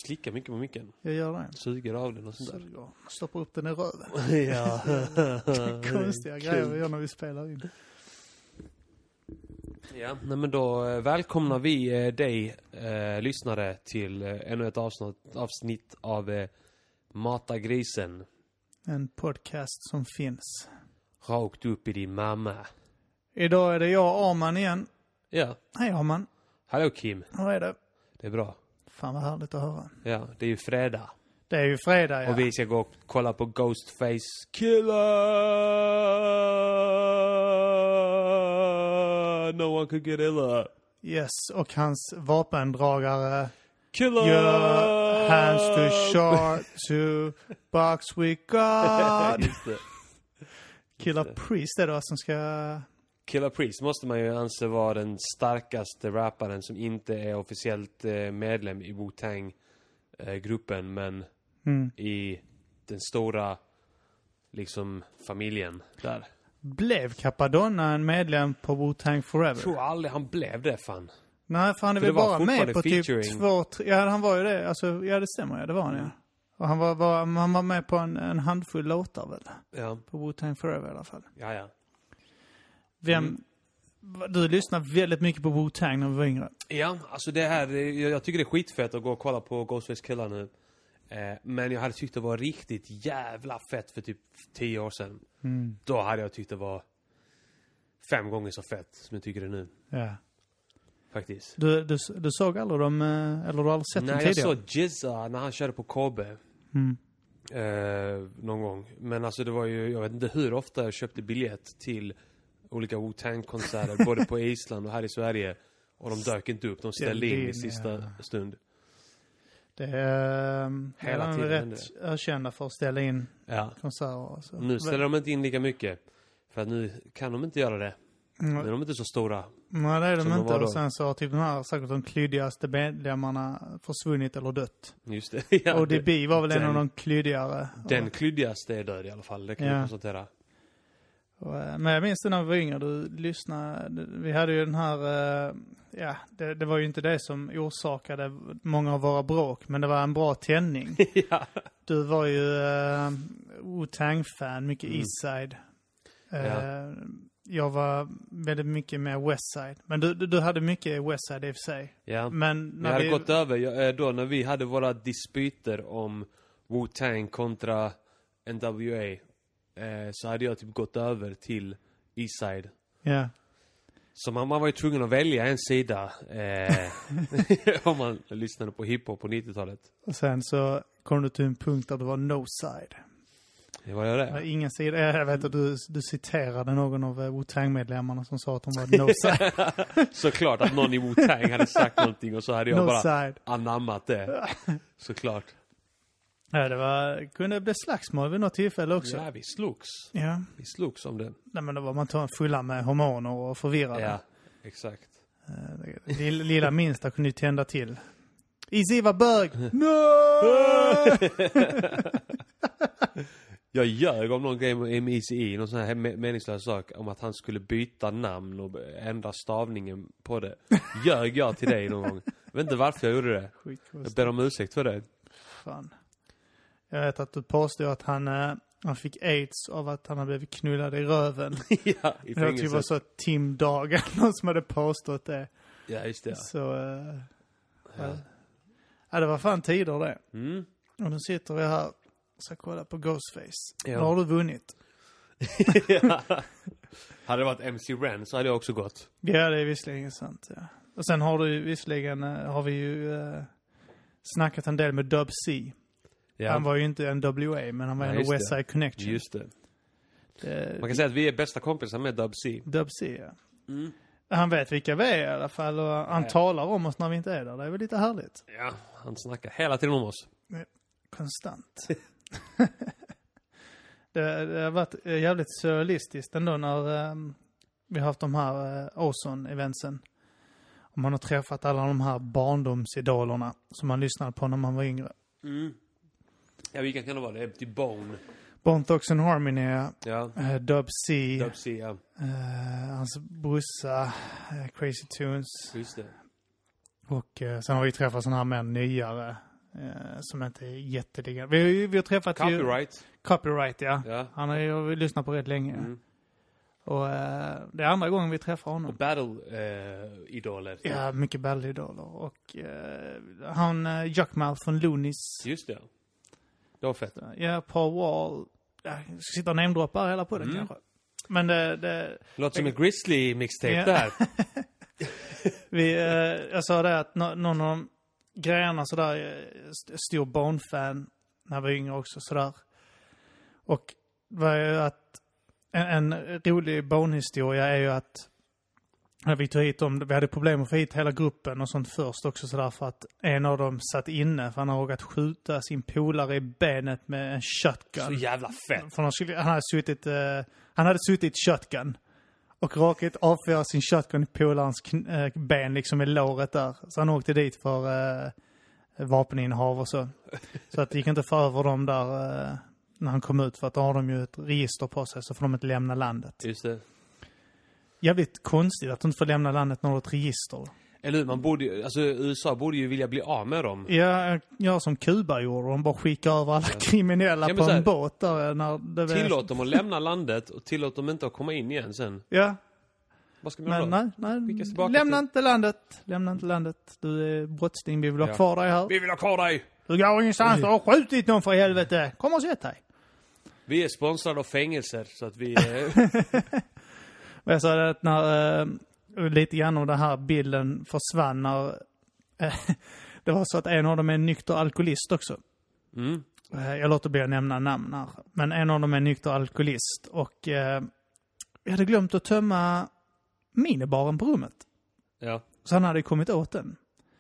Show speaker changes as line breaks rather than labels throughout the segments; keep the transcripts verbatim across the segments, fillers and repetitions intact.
slickar mycket på micken.
Jag gör det.
Suger av den och sånt där.
Så, stoppar upp den i röven.
Ja.
Konstiga grejer vi gör när vi spelar in.
Ja, nej men då eh, välkomnar vi eh, dig eh, lyssnare till eh, ännu ett avsnitt, avsnitt av eh, Mata grisen.
En podcast som finns.
Rakt upp i din mamma.
Idag är det jag, Arman, igen.
Ja.
Hej, Arman.
Hallå Kim.
Hur är det?
Det är bra.
Fan vad härligt att höra.
Ja, det är ju fredag.
Det är ju fredag, ja.
Och vi ska gå och kolla på Ghostface Killer. No one could get illa.
Yes, och hans vapendragare.
Killer.
Your hands to short to box we got.
Just det.
Killer Priest är det som ska...
Killer Priest måste man ju anse vara den starkaste rapparen som inte är officiellt eh, medlem i Wu-Tang-gruppen, eh, men
Mm.
i den stora liksom familjen där.
Blev Capadonna en medlem på Wu-Tang Forever?
Jag tror aldrig han blev det, fan.
Nej, för han är
För
väl
det var
bara med
fortfarande
på
featuring.
typ två, tre... Ja, han var ju det. Alltså, ja, det stämmer, ja. Det var han, ja. Och han var, var, han var med på en, en handfull låtar, väl?
Ja,
På Wu-Tang Forever i alla fall.
ja, ja.
Vem...
Mm.
Du lyssnar väldigt mycket på Wu-Tang när vi var yngre.
Ja, alltså det här, jag, jag tycker det är skitfett att gå och kolla på Ghostface Killer nu. Eh, men jag hade tyckt det var riktigt jävla fett för typ tio år sedan.
Mm.
Då hade jag tyckt det var fem gånger så fett som jag tycker det nu.
Ja.
Faktiskt.
Du, du, du såg aldrig dem, eh, eller du har aldrig sett dem
Nej, jag
tidigare?
såg Jizza när han körde på K B.
Mm.
Eh, någon gång. Men alltså det var ju, jag vet inte hur ofta jag köpte biljett till olika Wu-Tang-konserter både på Island och här i Sverige. Och de dök inte upp, de ställde in i sista
ja.
stund.
Det är,
Hela
är
tiden
rätt ökända för att ställa in
Ja.
konserter. Alltså.
Nu ställer de inte in lika mycket. För att nu kan de inte göra det.
Mm.
Nu är de inte så stora.
Nej, det är de
Som de
inte.
var då.
Och sen så har typ de här säkert de klyddigaste medlemmarna försvunnit eller dött.
Just det. Ja,
och D B var väl
den,
en av de klyddigare.
Den
och,
klyddigaste är död i alla fall. Det kan
Ja.
vi konstatera.
och, men jag minns det när vi var yngre. Du lyssnade. Vi hade ju den här... Uh, ja, det, det var ju inte det som orsakade många av våra bråk. Men det var en bra tändning.
Ja.
Du var ju uh, Wu-Tang-fan. Mycket
Mm.
Eastside. Uh,
Ja.
Jag var väldigt mycket med Westside. Men du, du, du hade mycket Westside i och för sig.
Ja.
Men
Vi
när
hade
vi...
gått över ja, eh, då när vi hade våra dispyter om Wu-Tang kontra N W A. Eh, så hade jag typ gått över till Eastside.
Ja.
Så man, man var ju tvungen att välja en sida. Eh, om man lyssnade på hiphop på nittiotalet.
Och sen så kom du till en punkt där det var no side.
Det var jag
Det var
det.
ingen sida. Jag vet att du, du citerade någon av Wu-Tang-medlemmarna som sa att de var no side.
Såklart att någon i Wu-Tang hade sagt någonting och så hade jag
No
bara
side.
anammat det. Såklart.
Ja, det var, kunde bli slagsmål vid något tillfälle också.
Ja, vi slogs.
Ja.
Vi slogs om det.
Nej, men då var man ta- fulla med hormoner och förvirrade.
Ja, exakt.
Eh, det lilla, lilla minsta kunde ju tända till. Easy var bög! No!
Jag ljög om någon grej med M E C E, någon sån här me- meningslös sak om att han skulle byta namn och ändra stavningen på det. Ljög jag till dig någon gång. Jag vet inte varför jag gjorde det. Jag
Skitkonstigt.
ber om ursäkt för det.
Fan. Jag vet att du påstod att han, eh, han fick AIDS av att han hade blivit knullad i röven.
Ja, i
Jag tror det var
fängelset.
så Tim Dag eller någon som hade påstått det.
Ja, just det.
Så, eh,
Ja.
ja, det var fan tider det.
Mm.
Och nu sitter vi här och ska kolla på Ghostface.
Ja.
Då har du vunnit.
Ja. Hade det varit M C Ren så hade jag också gått.
Ja, det är visserligen sant. Ja. Och sen har du ju visserligen, eh, har vi ju eh, snackat en del med Dub C.
Ja.
Han var ju inte en W A, men han var
Nej,
en
just
West
det.
Side Connection.
Just det.
Det,
Man kan säga att vi är bästa kompisar med Dub C.
Dub C, ja.
Mm.
Han vet vilka vi är i alla fall och han
Ja.
talar om oss när vi inte är där. Det är väl lite härligt.
Ja, han snackar hela tiden om oss.
Konstant. det, det har varit jävligt surrealistiskt ändå när um, vi har haft de här uh, Ozone-eventsen. Och man har träffat alla de här barndomsidolerna som man lyssnade på när man var yngre.
Mm. Ja, vilka kan det vara? Det är typ Bone.
Bone Thugs and Harmony,
Ja.
uh, Dub C,
Dub C, ja.
uh, hans brorsa, uh, Crazy Tunes.
Just det.
Och uh, sen har vi träffat sådana här mer nyare Eh, som inte är jätteliga. Vi, har ju- vi har träffat ju...
Copyright.
Copyright, ja.
Ja.
Han har ju lyssnat på rätt länge.
Mm.
Och eh, det är andra gången vi träffar
Och
honom.
battle-idoler.
Ja, mycket battleidoler. Och eh, han, uh, Juckmouth från Loonies.
Just det. Det var fett.
Ja, Paul Wall. Jag ska sitta och namedroppa hela på den
Mm.
kanske. Men det... det
Låter som en Grizzly-mixtape
Ja.
där.
vi, eh, jag sa det att nå- någon av de grejerna sådär, eh, st- stor Bone-fan när jag var yngre också sådär. Och var ju att en, en rolig Bone-historia är ju att när vi tog hit dem, vi hade problem att få hit hela gruppen och sånt först också sådär för att en av dem satt inne för han har råkat skjuta sin polare i benet med en shotgun.
Så jävla fett.
För han, skulle, han hade suttit, eh, han hade suttit shotgun och råkat avfyra sin shotgun i polarens kn- äh, ben liksom i låret där. Så han åkte dit för äh, vapeninnehav och så. Så att det gick inte att få över dem där äh, när han kom ut för att då har de ju ett register på sig så får de inte lämna landet.
Just det.
Jävligt konstigt att de inte får lämna landet när de har ett register.
Eller hur? Man borde ju, alltså U S A borde ju vilja bli av med dem.
Ja, jag som Kuba gjorde. De bara skickar över alla kriminella
Ja, men
på
så
en
här,
båt där. När det var-
Tillåt dem att lämna landet och tillåt dem inte att komma in igen sen.
Ja,
Vad ska man göra
men
då?
nej, nej.
Skickas tillbaka
Lämna
till-
inte landet. Lämna inte landet. Du är brottsling. Vi vill ha
Ja.
kvar dig här.
Vi vill ha kvar dig!
Du går ingenstans. Du har skjutit någon för helvete. Kom och sätt dig.
Vi är sponsrade av fängelser så att vi... Eh,
Men jag sa det att när eh, lite grann av den här bilden försvann när eh, det var så att en av dem är en nykter alkoholist också.
mm.
Eh, jag låter bli att nämna namn här. Men en av dem är en nykter alkoholist och eh, vi hade glömt att tömma minibaren på rummet.
Ja.
Så han hade kommit åt den.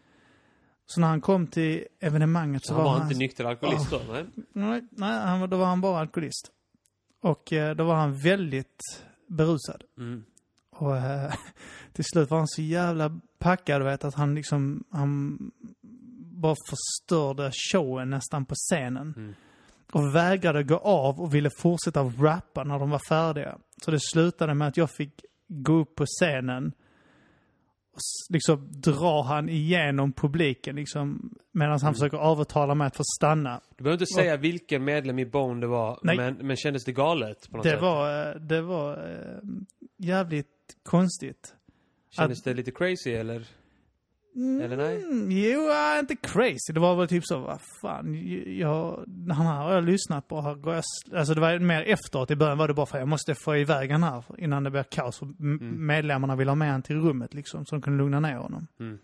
Så när han kom till evenemanget så,
Så han
var
var
han...
inte nykter alkoholist då, nej?
Nej, nej han, var- då var han bara alkoholist. Och eh, då var han väldigt berusad.
Mm.
Och eh, till slut var han så jävla packad, vet, att han liksom, han bara förstörde showen nästan på scenen.
Mm.
Och vägrade gå av och ville fortsätta rappa när de var färdiga. Så det slutade med att jag fick gå upp på scenen och s- liksom dra han igenom publiken liksom, medan han
Mm.
försöker övertala mig att få stanna.
Du behöver inte säga vilken medlem i Bone det var,
Nej.
men, men kändes det galet på något
Det
sätt?
var, eh, det var eh, jävligt konstigt.
Kändes det lite crazy eller? Eller nej?
Mm, jo, äh, inte crazy. Det var väl typ så, vad fan, jag, han här har jag lyssnat på. Här går jag, s- alltså det var mer efteråt. I början var det bara för att jag måste få iväg han här innan det blir kaos. Och m-
Mm.
medlemmarna vill ha med han till rummet liksom, så de kunde lugna ner honom.
Mm.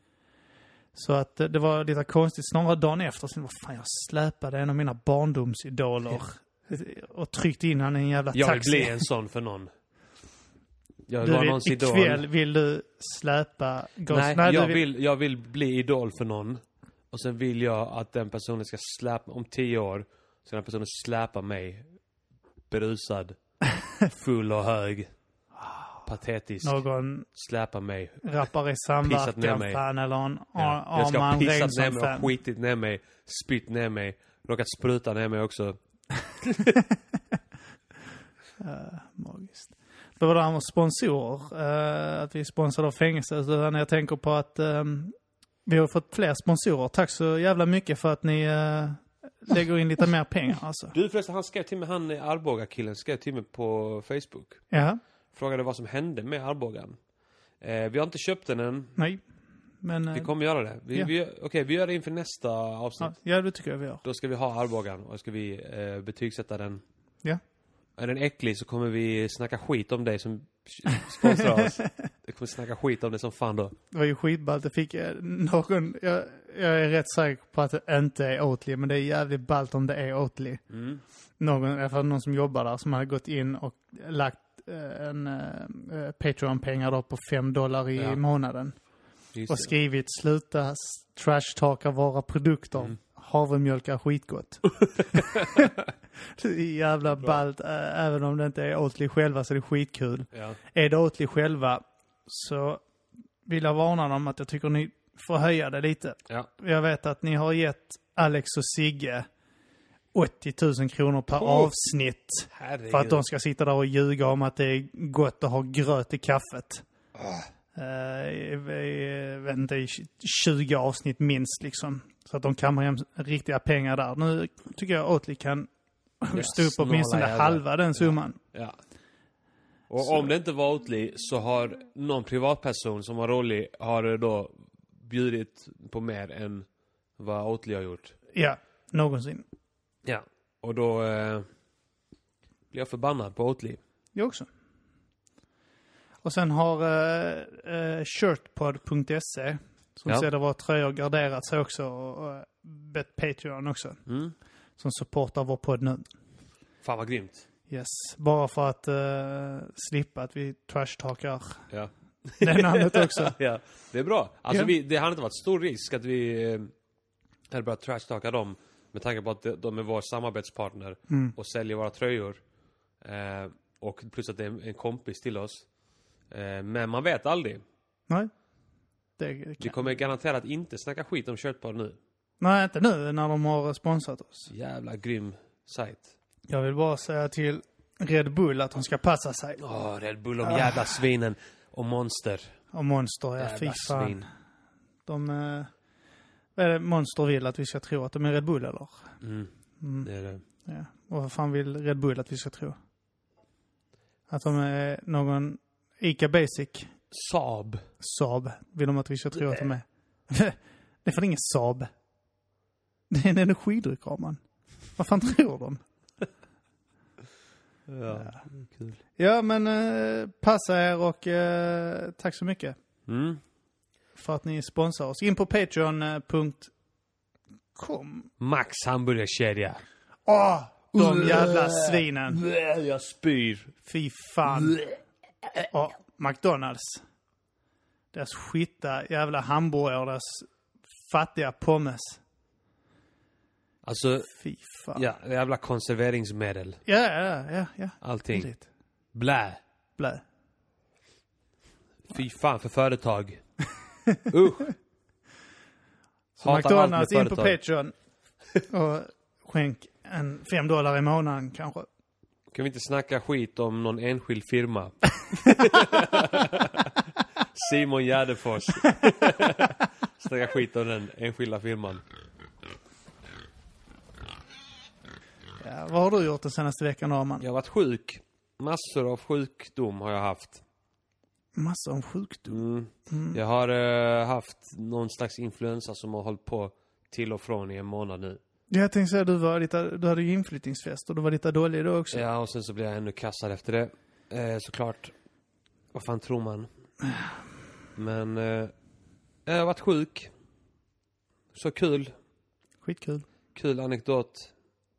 Så att det, det var lite konstigt. Snarare dagen efter, så vad fan, jag släpade en av mina barndomsidoler och tryckte in han i en jävla
Jag vill
taxi.
bli en sån för någon. Jag vill
Du
vara
vill,
någons idol.
ikväll vill du släpa Ghost.
Nej,
Nej, du
jag, vill, jag vill bli idol för någon. Och sen vill jag att den personen ska släpa, om tio år, ska den personen släpa mig. Berusad. Full och hög. Patetisk.
Någon
Släpa mig.
rappare i
Pissat ner
samverkan
mig.
fan eller en
Ja. Jag ska ha
Arman
pissat ner
Reinsson
mig
fan.
och skitit ner mig. Spytt ner mig. Råkat spruta ner mig också.
Uh, magiskt. Det var det här med sponsorer. Uh, att vi sponsrade av fängelse. Så när jag tänker på att um, vi har fått fler sponsorer. Tack så jävla mycket för att ni uh, lägger in lite mer pengar alltså.
Du förresten, han skrev till mig, han Arboga-killen skrev till mig på Facebook.
Ja,
Frågade vad som hände med Arbogan. Eh, vi har inte köpt den än.
nej. Men...
Vi
Uh,
kommer göra det. Vi,
ja.
vi, Okej, vi gör det inför nästa avsnitt.
ja, det tycker jag vi gör.
Då ska vi ha Arbogan och ska vi eh, betygsätta den.
Ja.
Är den äcklig så kommer vi snacka skit om dig som sponsrar oss. Vi kommer snacka skit om det som fan då.
Det var ju skitballt. Det fick eh, någon... Jag, jag är rätt säker på att det inte är Oatly. Men det är jävligt ballt om det är Oatly.
Mm.
Någon, i alla fall någon som jobbar där som hade gått in och lagt eh, en eh, Patreon-pengar då på fem dollar i
Ja.
månaden.
Just
Och
det.
skrivit sluta s- trashtalka våra produkter.
Mm.
Havremjölk är skitgott. Det är jävla ballt. Ä- även om det inte är Oatly själva så är det skitkul.
Ja.
Är det Oatly själva så vill jag varna dem att jag tycker ni får höja det lite.
Ja.
Jag vet att ni har gett Alex och Sigge åttio tusen kronor per
Oh.
avsnitt.
Herregud.
För att de ska sitta där och ljuga om att det är gott att ha gröt i kaffet. Uh, i, i, vet inte, i tjugo avsnitt minst liksom. Så att de kammar hem riktiga pengar där. Nu tycker jag Oatly kan stå upp åtminstone halva den summan.
Ja. ja. Och
så.
Om det inte var Oatly så har någon privatperson som var rolig har då bjudit på mer än vad Oatly har gjort.
Ja, någonsin.
Ja, och då eh, blir jag förbannad på Oatly.
Jag också. Och sen har uh, uh, shirtpod punkt se som
ja.
ser våra tröjor garderat sig också och uh, bet Patreon också.
Mm.
Som supportar vår podd nu.
Fan vad grymt.
Yes, bara för att uh, slippa att vi trashtalkar
ja.
det namnet också.
ja, det är bra. Alltså
ja.
vi, det har inte varit stor risk att vi eh, hade börjat trashtalka dem med tanke på att de, de är vår samarbetspartner
mm.
och säljer våra tröjor. Eh, och plus att det är en, en kompis till oss. Eh, men man vet aldrig.
Nej. Det
vi kommer garanterat inte snacka skit om Shirtpod nu.
Nej, inte nu när de har sponsrat oss.
Jävla grym sajt.
Jag vill bara säga till Red Bull att de ska passa sig.
Åh, oh, Red Bull, de jävla ah. svinen. Och Monster.
Och Monster, ja, fy fan. Svin. De... Eh, vad är det Monster vill att vi ska tro? Att de är Red Bull, eller?
Mm, mm. det är det.
Ja. Och vad fan vill Red Bull att vi ska tro? Att de är någon Ica Basic.
Saab.
Saab. Vill de att vi ska tro att de är. Det är för ingen Saab. Det är en energidryck, man. Vad fan tror de?
ja, ja. Kul.
Ja, men eh, passa er och eh, tack så mycket.
Mm.
För att ni sponsrar oss. In på patreon punkt com.
Max hamburgerkedja.
Åh, de jävla svinen.
Jag spyr.
Fy fan. Och McDonalds. Deras skitta jävla hamburgare. Deras fattiga pommes.
Alltså,
fy fan.
Ja, jävla konserveringsmedel.
Ja, ja, ja. ja.
Allting.
Precis.
Blä.
Blä.
Fy fan för företag. Usch.
Så McDonalds in på Patreon. Och skänk en fem dollar i månaden kanske.
Kan vi inte snacka skit om någon enskild firma? Simon Gärdefors. Snacka skit om den enskilda firman.
Ja, vad har du gjort den senaste veckan, Arman?
Jag har varit sjuk. Massor av sjukdom har jag haft.
Massor av sjukdom?
Mm.
Mm.
Jag har uh, haft någon slags influensa som har hållit på till och från i en månad nu.
Jag tänkte säga, du, var lite, du hade ju inflyttningsfest och du var lite dålig då också.
Ja, och sen så blev jag ännu kassad efter det. Eh, såklart. Vad fan tror man? Men eh, jag har varit sjuk. Så kul.
Skitkul.
Kul anekdot.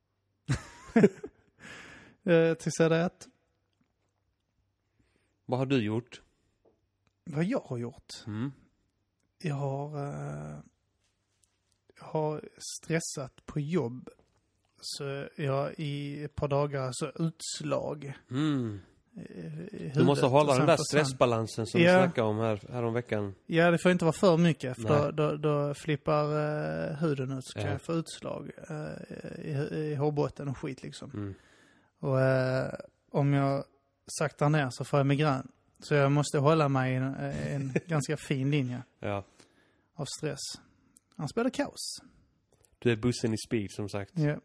Jag tänkte säga det att...
Vad har du gjort?
Vad jag har gjort?
Mm.
Jag har... Uh, jag har stressat på jobb. Så jag i ett par dagar så utslag.
Mm. Du måste hålla den där stressbalansen som ja. vi snackade om här, här om veckan.
Ja, det får inte vara för mycket. För då, då, då flippar uh, huden ut. Så kan ja. jag få utslag uh, i, i hårbotten och skit liksom.
Mm.
Och uh, om jag saktar ner så får jag migrän. Så jag måste hålla mig i en, en ganska fin linje
ja.
av stress. Han spelar kaos.
Du är bussen i speed, som sagt.
Ja.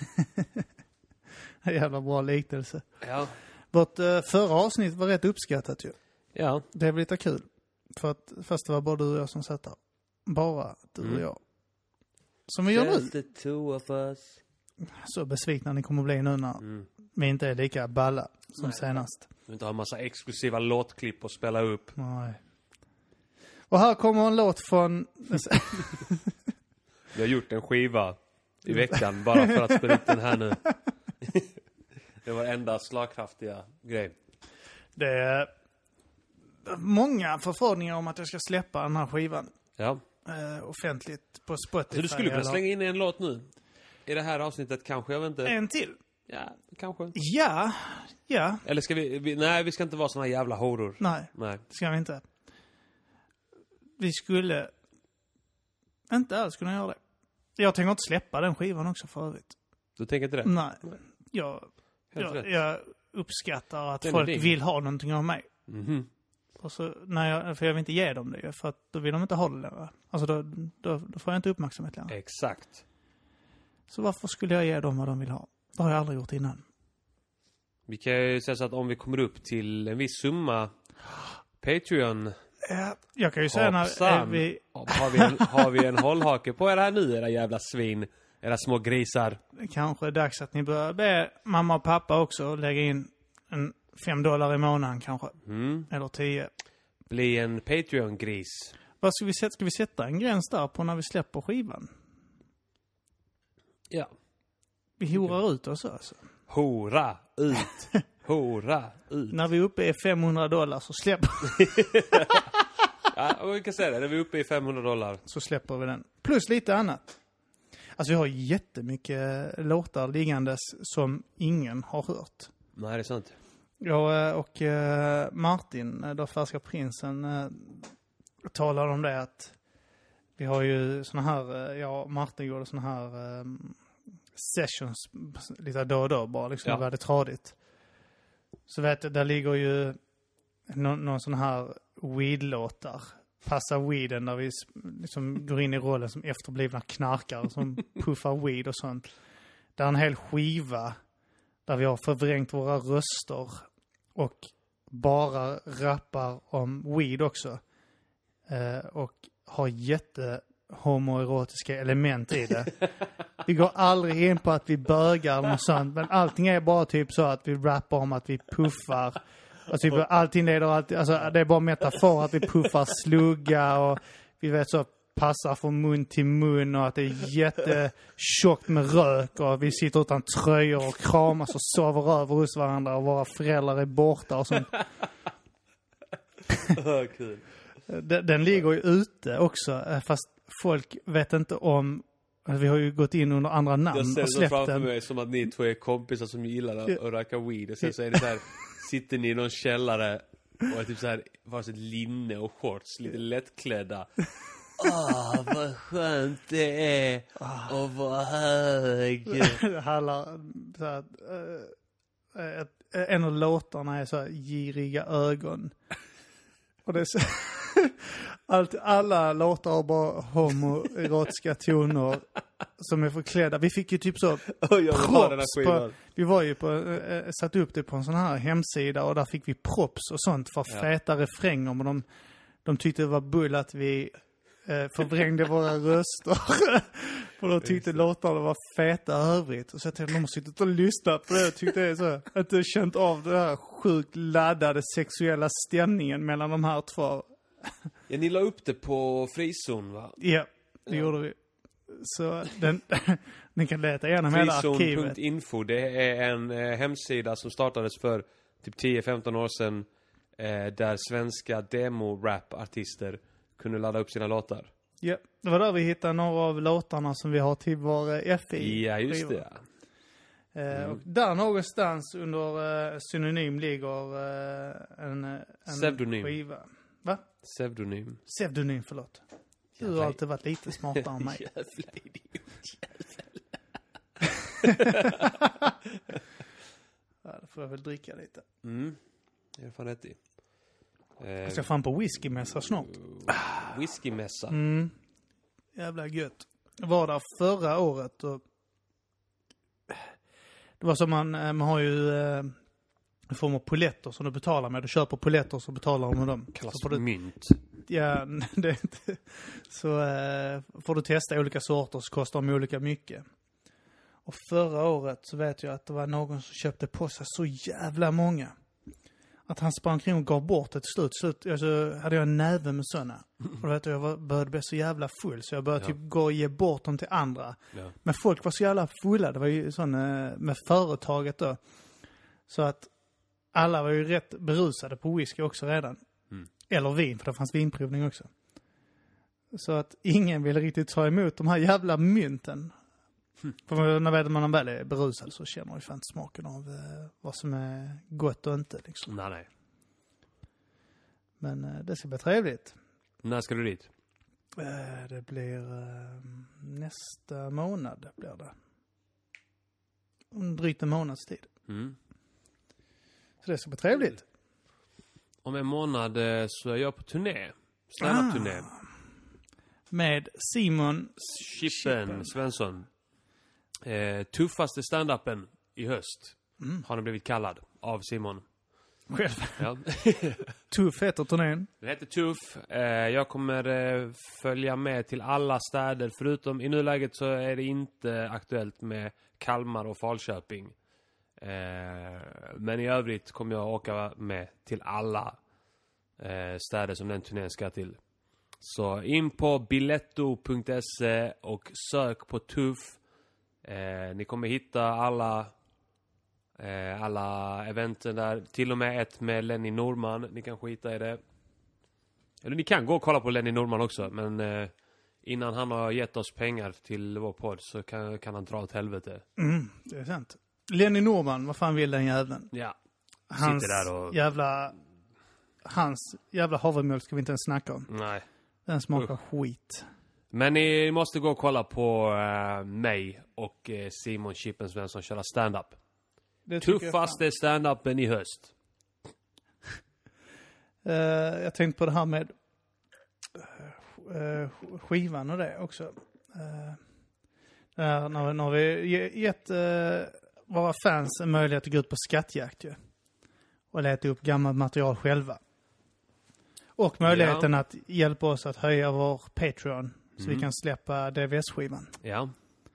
Jävla bra liknelse.
Ja.
Vårt uh, förra avsnitt var rätt uppskattat ju.
Ja.
Det blev lite kul. För att fast det var bara du och jag som satt där. Bara du
mm.
och jag. Som vi gör nu.
Just the two of us.
Så besvikna ni kommer bli nu när mm. vi inte är lika balla som Nej. senast.
Vi inte har en massa exklusiva låtklipp att spela upp.
Nej. Och här kommer en låt från...
Vi har gjort en skiva i veckan bara för att spela upp den här nu. Det var enda slagkraftiga grej.
Det är många förfrågningar om att jag ska släppa den här skivan.
Ja.
Uh, offentligt på Spotify.
Så du skulle kunna
eller...
slänga in en låt nu? I det här avsnittet kanske, jag vet inte.
En till?
Ja, kanske.
Ja, ja.
Eller ska vi, vi nej vi ska inte vara såna jävla horor.
Nej,
nej,
det ska vi inte. Vi skulle inte alls kunna göra det. Jag tänker inte släppa den skivan också för övrigt.
Du tänker inte det?
Nej, jag, jag, jag uppskattar att folk vill ha någonting av mig.
Mm-hmm.
Och så, när jag, för jag vill inte ge dem det, för att då vill de inte ha det längre. Alltså då, då, då får jag inte uppmärksamhet längre.
Exakt.
Så varför skulle jag ge dem vad de vill ha? Det har jag aldrig gjort innan.
Vi kan ju säga så att om vi kommer upp till en viss summa Patreon.
Ja, jag kan ju säga när vi...
Har vi, en, har vi en hållhake på er här nu, era jävla svin? Era små grisar.
Det kanske är dags att ni börjar be mamma och pappa också lägga in en fem dollar i månaden kanske.
Mm.
Eller tio.
Bli en Patreon-gris.
Vad ska vi sätta? Ska vi sätta en gräns där på när vi släpper skivan?
Ja.
Vi horar ut oss alltså.
Hora ut. Hora ut.
När vi är uppe i femhundra dollar så släpper
Ja, vi kan säga det. När vi är uppe i femhundra dollar.
så släpper vi den. Plus lite annat. Alltså vi har jättemycket låtar liggandes som ingen har hört.
Nej, det är sant.
Ja, och uh, Martin, då Färska Prinsen, uh, talade om det att vi har ju såna här, uh, ja, Martin gjorde såna här um, sessions lite då och då bara, liksom,
ja.
när vi hade tradigt. Så vet du, där ligger ju någon, någon sån här weed-låtar. Passa weeden där vi liksom går in i rollen som efterblivna knarkare som puffar weed och sånt. Där en hel skiva där vi har förvrängt våra röster och bara rappar om weed också. Eh, och har jätte homoerotiska element i det. Vi går aldrig in på att vi bögar eller något sånt, men allting är bara typ så att vi rappar om att vi puffar. Och typ allting leder alltid, alltså det är bara metafor att vi puffar slugga och vi vet så passar från mun till mun och att det är jättetjockt med rök och vi sitter utan tröjor och kramas och sover över hos varandra och våra föräldrar är borta och sånt.
Kul.
Den, den ligger ju ute också, fast folk vet inte om, vi har ju gått in under andra namn
jag ser
och
det
släppt
framför
den.
mig som att ni två är kompisar som gillar att ja. röka weed och sen så är det så här, sitter ni i någon källare och är typ så här, varsitt linne och shorts, lite lättklädda. Åh, oh, vad skönt det är att vara hög.
Det handlar så här, äh, ett, en av låtarna är så här, giriga ögon. Och det är så, allt, alla låtar har bara homoerotiska toner som är förklädda. Vi fick ju typ så
oh, jag props
på, vi var ju på, äh, satt upp det på en sån här hemsida och där fick vi props och sånt för ja. feta refränger. Men de, de tyckte det var bull att vi äh, förvrängde våra röster. Och de tyckte låtarna var feta övrigt. Och så jag tänkte, de har suttit och lyssnat på det. Jag tyckte det är så att du känt av den här sjukt laddade sexuella stämningen mellan de här två.
Ja, ni la upp det på Frizon, va?
Ja, det ja. gjorde vi. Så den, ni kan leta igenom hela arkivet.
Frizon punkt info, det är en eh, hemsida som startades för typ tio femton år sedan. Eh, där svenska demo-rap-artister kunde ladda upp sina låtar.
Ja, det var där vi hittade några av låtarna som vi har till vår F I.
Ja, just det. Ja.
Mm. Och där någonstans under uh, synonym ligger uh, en, en
pseudonym.
skiva. Va?
Pseudonym.
Pseudonym, förlåt. Du har alltid varit lite smartare än mig.
Jävla idiot.
Ja, då får jag väl dricka lite.
Mm, det är fan rätt i.
Jag ska fram på whiskymässa snart.
Uh, whiskymässa.
Mm. Jävla gött. Jag var där förra året och det var som man, man har ju en form av poletter som du betalar med. Du köper poletter så betalar du med dem.
Kallas
så får du,
mynt.
Ja, det, så äh, får du testa olika sorter så kostar de olika mycket. Och förra året så vet jag att det var någon som köpte på sig så jävla många. Att han sprang kring och gav bort ett slut. slut alltså, hade jag en näve med sådana. Och då vet jag, jag var, började bli så jävla full. Så jag började ja. typ gå och ge bort dem till andra. Ja. Men folk var så jävla fulla. Det var ju sån med företaget då. Så att alla var ju rätt berusade på whisky också redan. Mm. Eller vin, för det fanns vinprovning också. Så att ingen ville riktigt ta emot de här jävla mynten. Mm. För när man väl är berusad så känner man ju fan smaken av eh, vad som är gott och inte liksom.
Nej, nej.
Men eh, det ska bli trevligt.
När ska du dit?
Eh, det blir eh, nästa månad blir det. Om drygt en månads tid.
Mm.
Så det ska bli trevligt.
Om en månad eh, så är jag på turné. Stand-up-turné.
Ah. Med Simon
Chippen Svensson. Eh, tuffaste stand-upen i höst.
Mm.
Har den blivit kallad av Simon.
Själv.
Ja.
Tuff heter turnén.
Det heter Tuff. Eh, jag kommer eh, följa med till alla städer. Förutom i nuläget så är det inte aktuellt med Kalmar och Falköping. Eh, men i övrigt kommer jag åka med till alla eh, städer som den turnén ska till. Så in på biletto punkt se och sök på Tuff. Eh, ni kommer hitta alla eh, alla eventen där. Till och med ett med Lenny Norman. Ni kan skita i det. Eller ni kan gå och kolla på Lenny Norman också. Men eh, innan han har gett oss pengar till vår podd så kan, kan han dra åt helvete.
Mm, det är sant. Lenny Norman, vad fan vill den jäveln?
Ja.
Hans
Sitter där och...
jävla... Hans jävla havremjölk ska vi inte ens snacka om.
Nej.
Den smakar skit.
Men ni måste gå och kolla på uh, mig och uh, Simon Chippen Svensson köra stand-up.
Det tycker jag
Tuffaste stand-upen i höst.
Uh, jag tänkte på det här med uh, skivan och det också. Uh, där, när, när vi gett uh, våra fans en möjlighet att gå ut på skattjakt ju. Och leta upp gammalt material själva. Och möjligheten
Ja.
att hjälpa oss att höja vår Patreon. Så
Mm.
vi kan släppa D V S-skivan.
Ja.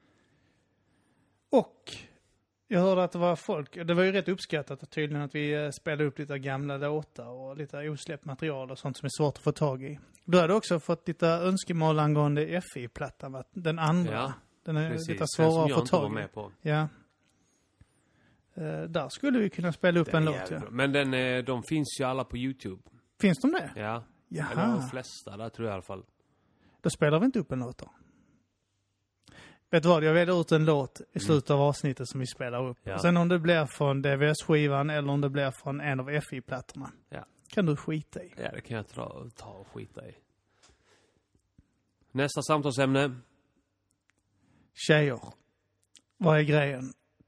Och jag hörde att det var folk, det var ju rätt uppskattat att tydligen att vi eh, spelade upp lite gamla låtar och lite osläppt material och sånt som är svårt att få tag i. Då hade jag också fått lite önskemål angående F I-plattan, den andra.
Ja,
den är
precis.
lite
Den
svårare
som
att
jag
få
inte var
tag i.
med på.
Ja. Eh, där skulle vi kunna spela upp
Den
en
är
låt, ja.
jävligt bra. Men den, eh, de finns ju alla på YouTube.
Finns de det?
Ja.
Jaha.
Eller de flesta där tror jag i alla fall.
Då spelar vi inte upp en låt då. Vet du vad, jag väljer ut en låt i slutet av avsnittet som vi spelar upp.
Ja.
Sen om det blir från D V S-skivan eller om det blir från en av F I-plattorna.
Ja.
Kan du skita i.
Ja, det kan jag ta, ta och skita i. Nästa samtalsämne.
Tjejer. Vad är grejen?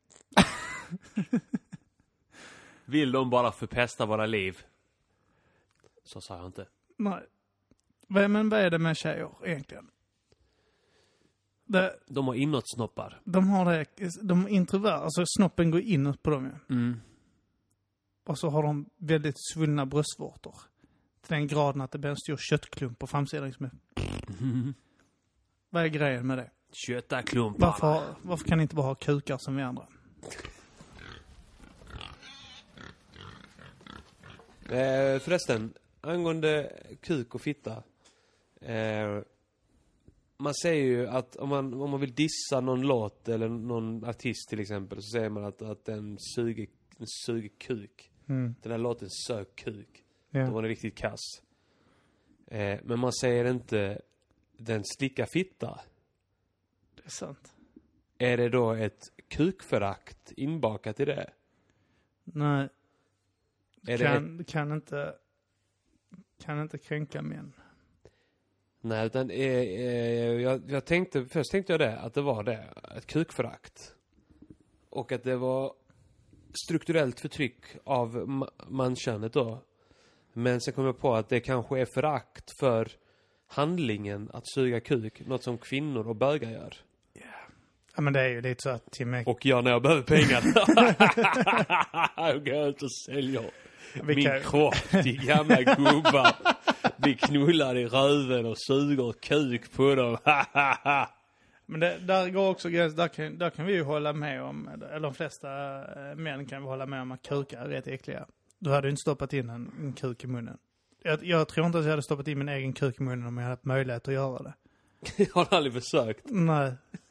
Vill de bara förpesta våra liv? Så sa jag inte.
Nej. Vad- Men vad är det med tjejer egentligen? Det,
De har inåtsnoppar.
de har det, de är introverta, alltså snoppen går inåt på dem ju.
Mm.
Och så har de väldigt svullna bröstvårtor. Till den graden att det blir en stor köttklump på framsidan. Liksom. Vad är grejen med det?
Köttaklumpar.
Varför, varför kan ni inte bara ha kukar som vi andra?
Eh, förresten, angående kuk och fitta. Eh, man säger ju att om man, om man vill dissa någon låt eller någon artist till exempel, så säger man att, att den suger, den suger kuk.
Mm.
Den här låten sög kuk.
Ja.
Då var den riktigt kass. Eh, men man säger inte den slickar fitta.
Det är sant.
Är det då ett kukförakt inbakat i det?
Nej.
Är det
Kan, kan inte kan inte kränka män.
Nej, utan eh, eh, jag, jag tänkte, först tänkte jag det, att det var det, ett kukförakt. Och att det var strukturellt förtryck av ma- mankönet då. Men sen kom jag på att det kanske är förakt för handlingen att suga kuk, något som kvinnor och bögar gör.
Ja, men det är ju lite så att Tim Ek-
Och jag när jag behöver pengar. Jag går ut och säljer
Vi
min
kan-
kropp till gamla gubbar. Vi knullar i röven och suger kuk på dem.
Men det, där går också gräns, där kan, där kan vi ju hålla med om, eller de flesta eh, män kan vi hålla med om att kukar är rätt äckliga. Du hade ju inte stoppat in en, en kuk i munnen. Jag, jag tror inte att jag hade stoppat in min egen kuk i munnen om jag hade haft möjlighet att göra det.
Jag har aldrig försökt.
Nej.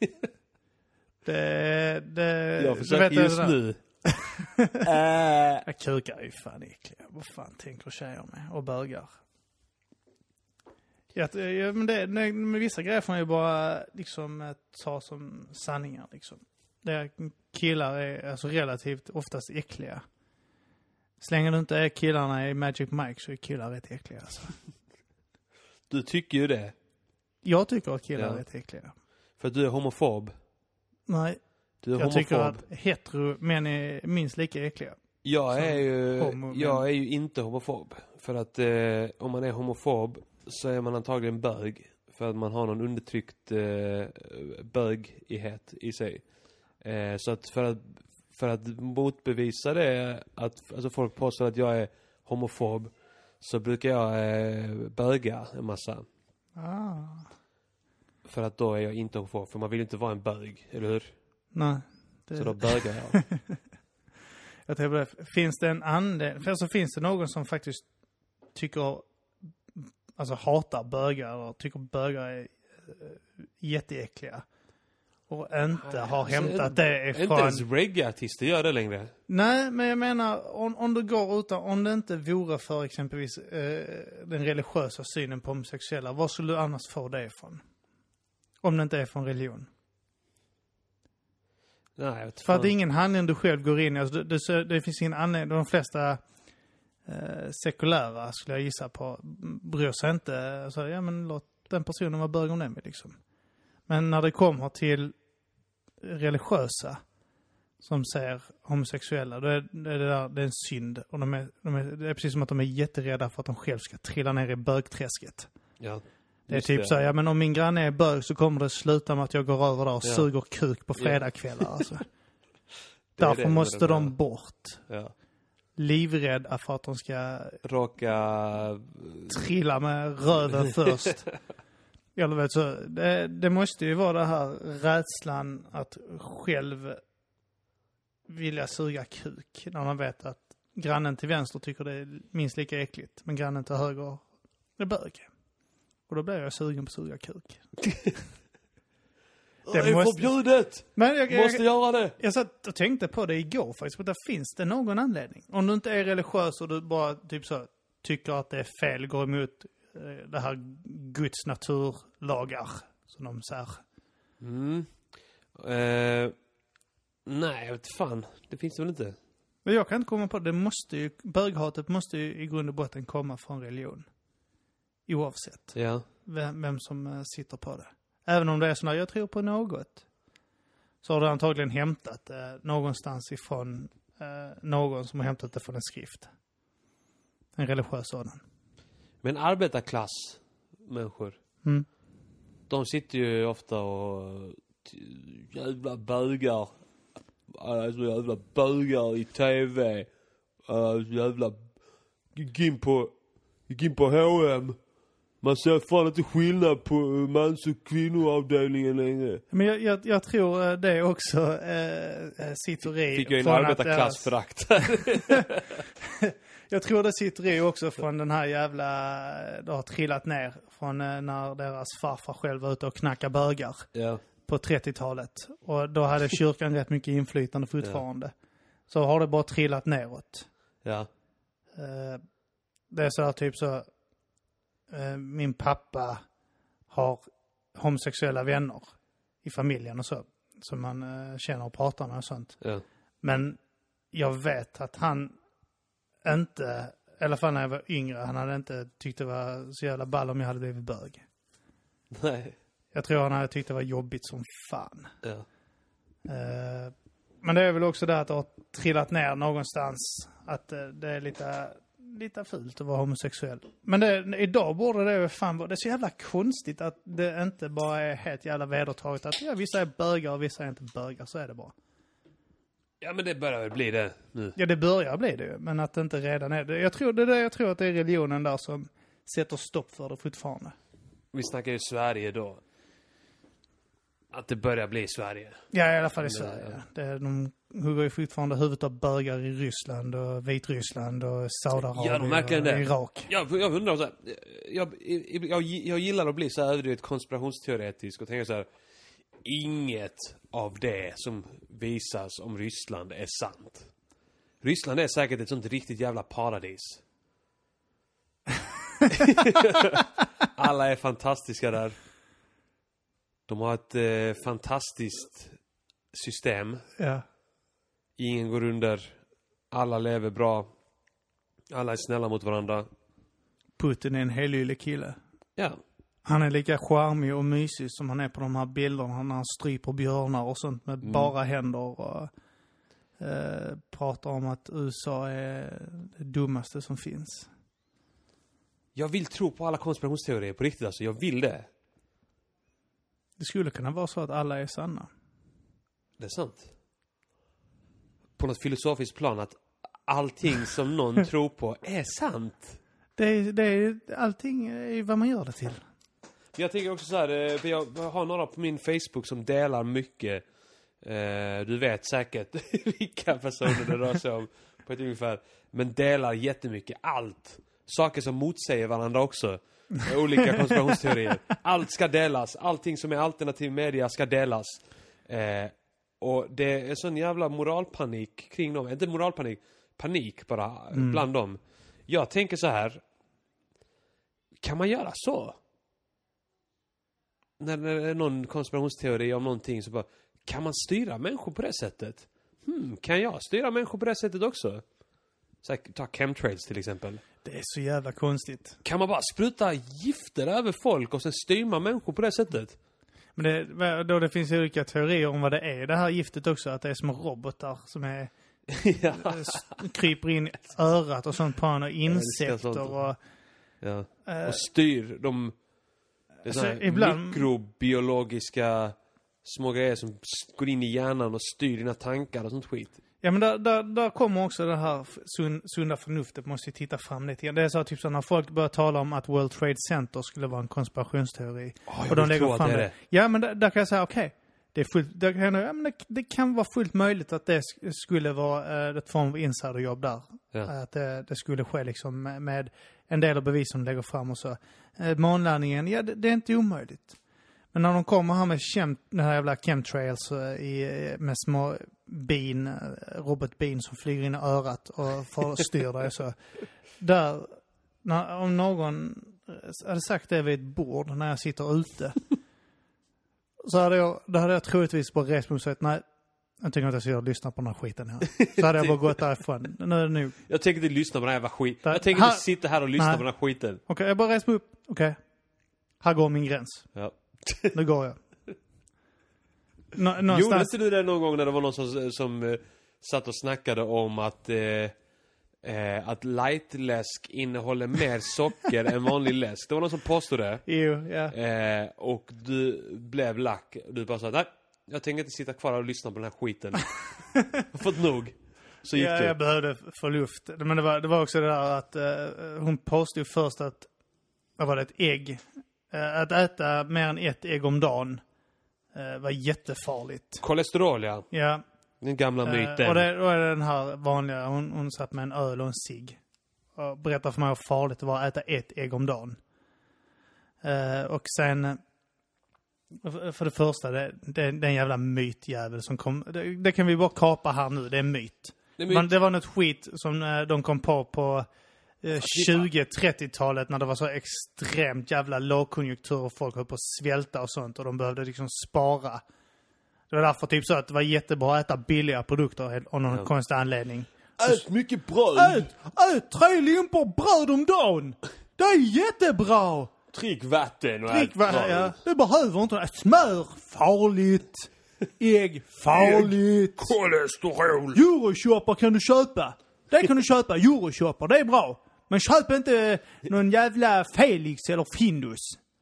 Det, det...
Jag
du
försöker
vet
just
det där.
nu. äh.
Ja, kukar är ju fan äckliga. Vad fan tänker tjejer med? Och bögar. Ja, att, ja, men det, nej, med vissa grejer får man ju bara liksom eh, ta som sanningar liksom. Där killar är alltså relativt oftast äckliga. Så länge du inte är killarna i Magic Mike så är killar rätt äckliga alltså.
Du tycker ju det.
Jag tycker att killar
Ja.
är rätt äckliga.
För att du är homofob.
Nej,
Du är
jag
homofob.
tycker att hetero män är minst lika äckliga.
Jag är ju,
homo, men-
jag är ju inte homofob. För att eh, om man är homofob så är man antagligen bög. För att man har någon undertryckt eh, bögighet i sig. Eh, så att för att för att motbevisa det, att alltså folk påstår att jag är homofob, så brukar jag eh, böga en massa.
Ah.
För att då är jag inte homofob. För man vill inte vara en bög, eller hur?
Nej. Det...
Så då bögar jag.
Jag tänker på det. Finns det en anledning? För så finns det någon som faktiskt tycker, alltså hatar bögar och tycker bögar är äh, jätteäckliga. Och inte har
Alltså,
hämtat det ifrån...
Inte ens reggae-artister gör det längre.
Nej, men jag menar, om, om du går utan, om det inte vore för exempelvis eh, den religiösa synen på homosexuella, vad skulle du annars få det ifrån? Om det inte är från religion.
Nej, jag vet
För
fan.
att det är ingen handling du själv går in i. Alltså, det, det, det finns ingen anledning. De flesta eh, sekulära, skulle jag gissa på, bryr sig inte. Alltså, ja, men låt den personen vara bög om den vill, liksom. Men när det kommer till religiösa som ser homosexuella, då är det, är det, där, det är en synd. Och de är, de är, det är precis som att de är jätterädda för att de själv ska trilla ner i bögträsket.
Ja.
Det är
Just
typ
det.
så här, ja men om min granne är bög så kommer det sluta med att jag går över där och
Ja.
suger kuk på fredagskvällar. Alltså.
Det är
Därför
det
måste
det
de
är.
bort.
Ja.
Livrädda för att de ska
Råka...
trilla med röven först. Eller vet så, det, det måste ju vara det här rädslan att själv vilja suga kuk. När man vet att grannen till vänster tycker det är minst lika äckligt. Men grannen till höger är bög. Och då blir jag sugen på att suga kuk.
Det är
måste-
förbjudet!
Men jag, jag,
Måste göra det!
jag satt och tänkte på det igår faktiskt. Men där finns det någon anledning. Om du inte är religiös och du bara typ så tycker att det är fel, går emot eh, det här Guds naturlagar som de säger.
Mm. Eh, nej, jag vet fan. Det finns det väl inte?
Men jag kan inte komma på det. Det måste ju, böghatet måste ju i grund och botten komma från religion. Oavsett
Ja.
vem, vem som eh, sitter på det. Även om det är sådär, jag tror på något. Så har du antagligen hämtat eh, någonstans ifrån eh, någon som har hämtat det från en skrift. En religiös sådan.
Men arbetarklass människor,
Mm.
de sitter ju ofta och t- jävla bögar. Alltså jävla bögar i tv. Alltså jävla... Gick in på... Gick in på H och M. Man ser fan inte skillnad på mans- och kvinnoavdelningen längre.
Men jag, jag, jag tror eh, det också eh, eh, sitter i...
Fick jag en
från att
arbetarklassförakt.
deras- Jag tror det sitter i också från den här jävla... Det har trillat ner från eh, när deras farfar själv var ute och knackade bögar
Ja.
på trettiotalet. Och då hade kyrkan rätt mycket inflytande fortfarande. Så har det bara trillat neråt.
Ja.
Eh, Det är så här typ så... eh, Min pappa har homosexuella vänner i familjen och så. Som man eh, känner och pratar med och sånt.
Ja.
Men jag vet att han inte, i alla fall när jag var yngre, han hade inte tyckt det var så jävla ball om jag hade blivit bög.
Nej.
Jag tror han hade tyckt det var jobbigt som fan.
Ja.
Eh, men det är väl också det att det har trillat ner någonstans. Att eh, det är lite, lite fult att vara homosexuell. Men det, idag borde det väl fan vara, det är så jävla konstigt att det inte bara är helt jävla vedertaget. Att ja, vissa är bögar och vissa är inte bögar, så är det bara.
Ja, men det börjar väl bli det nu.
Ja, det börjar bli det ju, men att det inte redan är det. Jag tror, det är det jag tror att det är religionen där som sätter stopp för det fortfarande.
Vi snackar ju Sverige då. Att det börjar bli Sverige.
Ja, i alla fall i
Det-
Sverige. Det är, de hugger ju fortfarande huvudet av bögar i Ryssland och Vitryssland och Saudiarabien
Gör de verkligen
och
det?
Irak.
Jag, jag undrar så här, jag, jag, jag gillar att bli så här överdrivet konspirationsteoretisk och tänka så här: inget av det som visas om Ryssland är sant. Ryssland är säkert ett sånt riktigt jävla paradis. Alla är fantastiska där. De har ett eh, fantastiskt system.
Ja.
Ingen går under. Alla lever bra. Alla är snälla mot varandra.
Putin är en helylle kille.
Ja.
Han är lika charmig och mysig som han är på de här bilderna när han stryper björnar och sånt med bara händer. Och... eh, pratar om att U S A är det dummaste som finns.
Jag vill tro på alla konspirationsteorier på riktigt, alltså. Jag vill det.
Det skulle kunna vara så att alla är sanna.
Det är sant. På något filosofiskt plan att allting som någon tror på är sant.
Det är, det är, allting är vad man gör det till.
Jag tänker också så här, för jag har några på min Facebook som delar mycket. Du vet säkert vilka personer det rör sig om på ett ungefär. Men delar jättemycket allt. Saker som motsäger varandra också. Olika konspirationsteorier. Allt ska delas. Allting som är alternativ media ska delas. Eh, och det är sån jävla moralpanik kring dem. Inte moralpanik, panik bara mm. bland dem. Jag tänker så här. Kan man göra så? När det är någon konspirationsteori om någonting så bara, kan man styra människor på det sättet? Hmm, kan jag styra människor på det sättet också? Så här, ta chemtrails till exempel.
Det är så jävla konstigt.
Kan man bara spruta gifter över folk och sen styra människor på det sättet?
Men det, då det finns olika teorier om vad det är. Det här giftet också, att det är som robotar som är ja. kryper in i örat och sånt på en och insekter och...
Ja. Äh, och styr de... Det är alltså, såna ibland... mikrobiologiska små grejer som går in i hjärnan och styr dina tankar och sånt skit.
Ja, men där, där, där kommer också det här sund, sunda förnuftet. Måste ju titta fram lite grann. Det är så typ så när folk börjar tala om att World Trade Center skulle vara en konspirationsteori.
Oh,
och de lägger fram det,
det.
Ja, men där, där kan jag säga okej. Okay, det är fullt, där kan, ja, men det, det kan vara fullt möjligt att det skulle vara äh, ett form av insiderjobb där. Ja. Att det, det skulle ske liksom med, med en del av bevis som de lägger fram och så. Äh, månlandningen, ja det, det är inte omöjligt. Men när de kommer här med chem, den här jävla chemtrails i, med små bin, robotbin som flyger in i örat och får styr dig så. Där, när, om någon hade sagt det vid ett bord när jag sitter ute så hade jag, då hade jag troligtvis bara rest mig och sagt nej, jag tycker inte att jag ska lyssna på den här skiten här. Så hade jag bara gått därifrån. Nu är det nu.
Jag tänker inte lyssna på den här jävla skit. Jag tänker inte sitta här och lyssna nej. på den här skiten.
Okej, okay, jag bara reser mig upp. Okej. Okay. Här går min gräns. Ja. Nu går jag. Nå- någonstans...
Gjorde inte du det någon gång när det var någon som, som uh, satt och snackade om att uh, uh, att lightläsk innehåller mer socker än vanlig läsk? Det var någon som påstod det.
Jo, ja.
Uh, och du blev lack. Du bara sa, nej, jag tänker inte sitta kvar och lyssna på den här skiten. Jag har fått nog. Så gick
ja,
du.
Jag behövde få luft. Men det var, det var också det där att uh, hon påstod först att det var ett ägg. Uh, att äta mer än ett ägg om dagen uh, var jättefarligt.
Kolesterol, ja.
Ja.
Den gamla myten.
Uh, och det, då är det den här vanliga, hon, hon satt med en öl och en cigg. Och berättade för mig hur farligt det var att äta ett ägg om dagen. Uh, och sen, för det första, det, det, det är en jävla mytjävel som kom. Det, det kan vi bara kapa här nu, det är myt. Det, är myt. Men det var något skit som uh, de kom på på tjugo-trettiotalet när det var så extremt jävla lågkonjunktur och folk höll på att svälta och sånt och de behövde liksom spara. Det var därför typ så att det var jättebra att äta billiga produkter av någon ja. konstig anledning.
Ät mycket bröd!
Ät, ät tre limpor bröd om dagen! Det är jättebra!
Drick vatten och
Drick vatten, ja. Det behöver inte. Smör, farligt. Ägg, farligt.
Kolesterol.
Euroshopper kan du köpa. Det kan du köpa, Euroshopper, det är bra. Men köp inte någon jävla Felix eller Findus.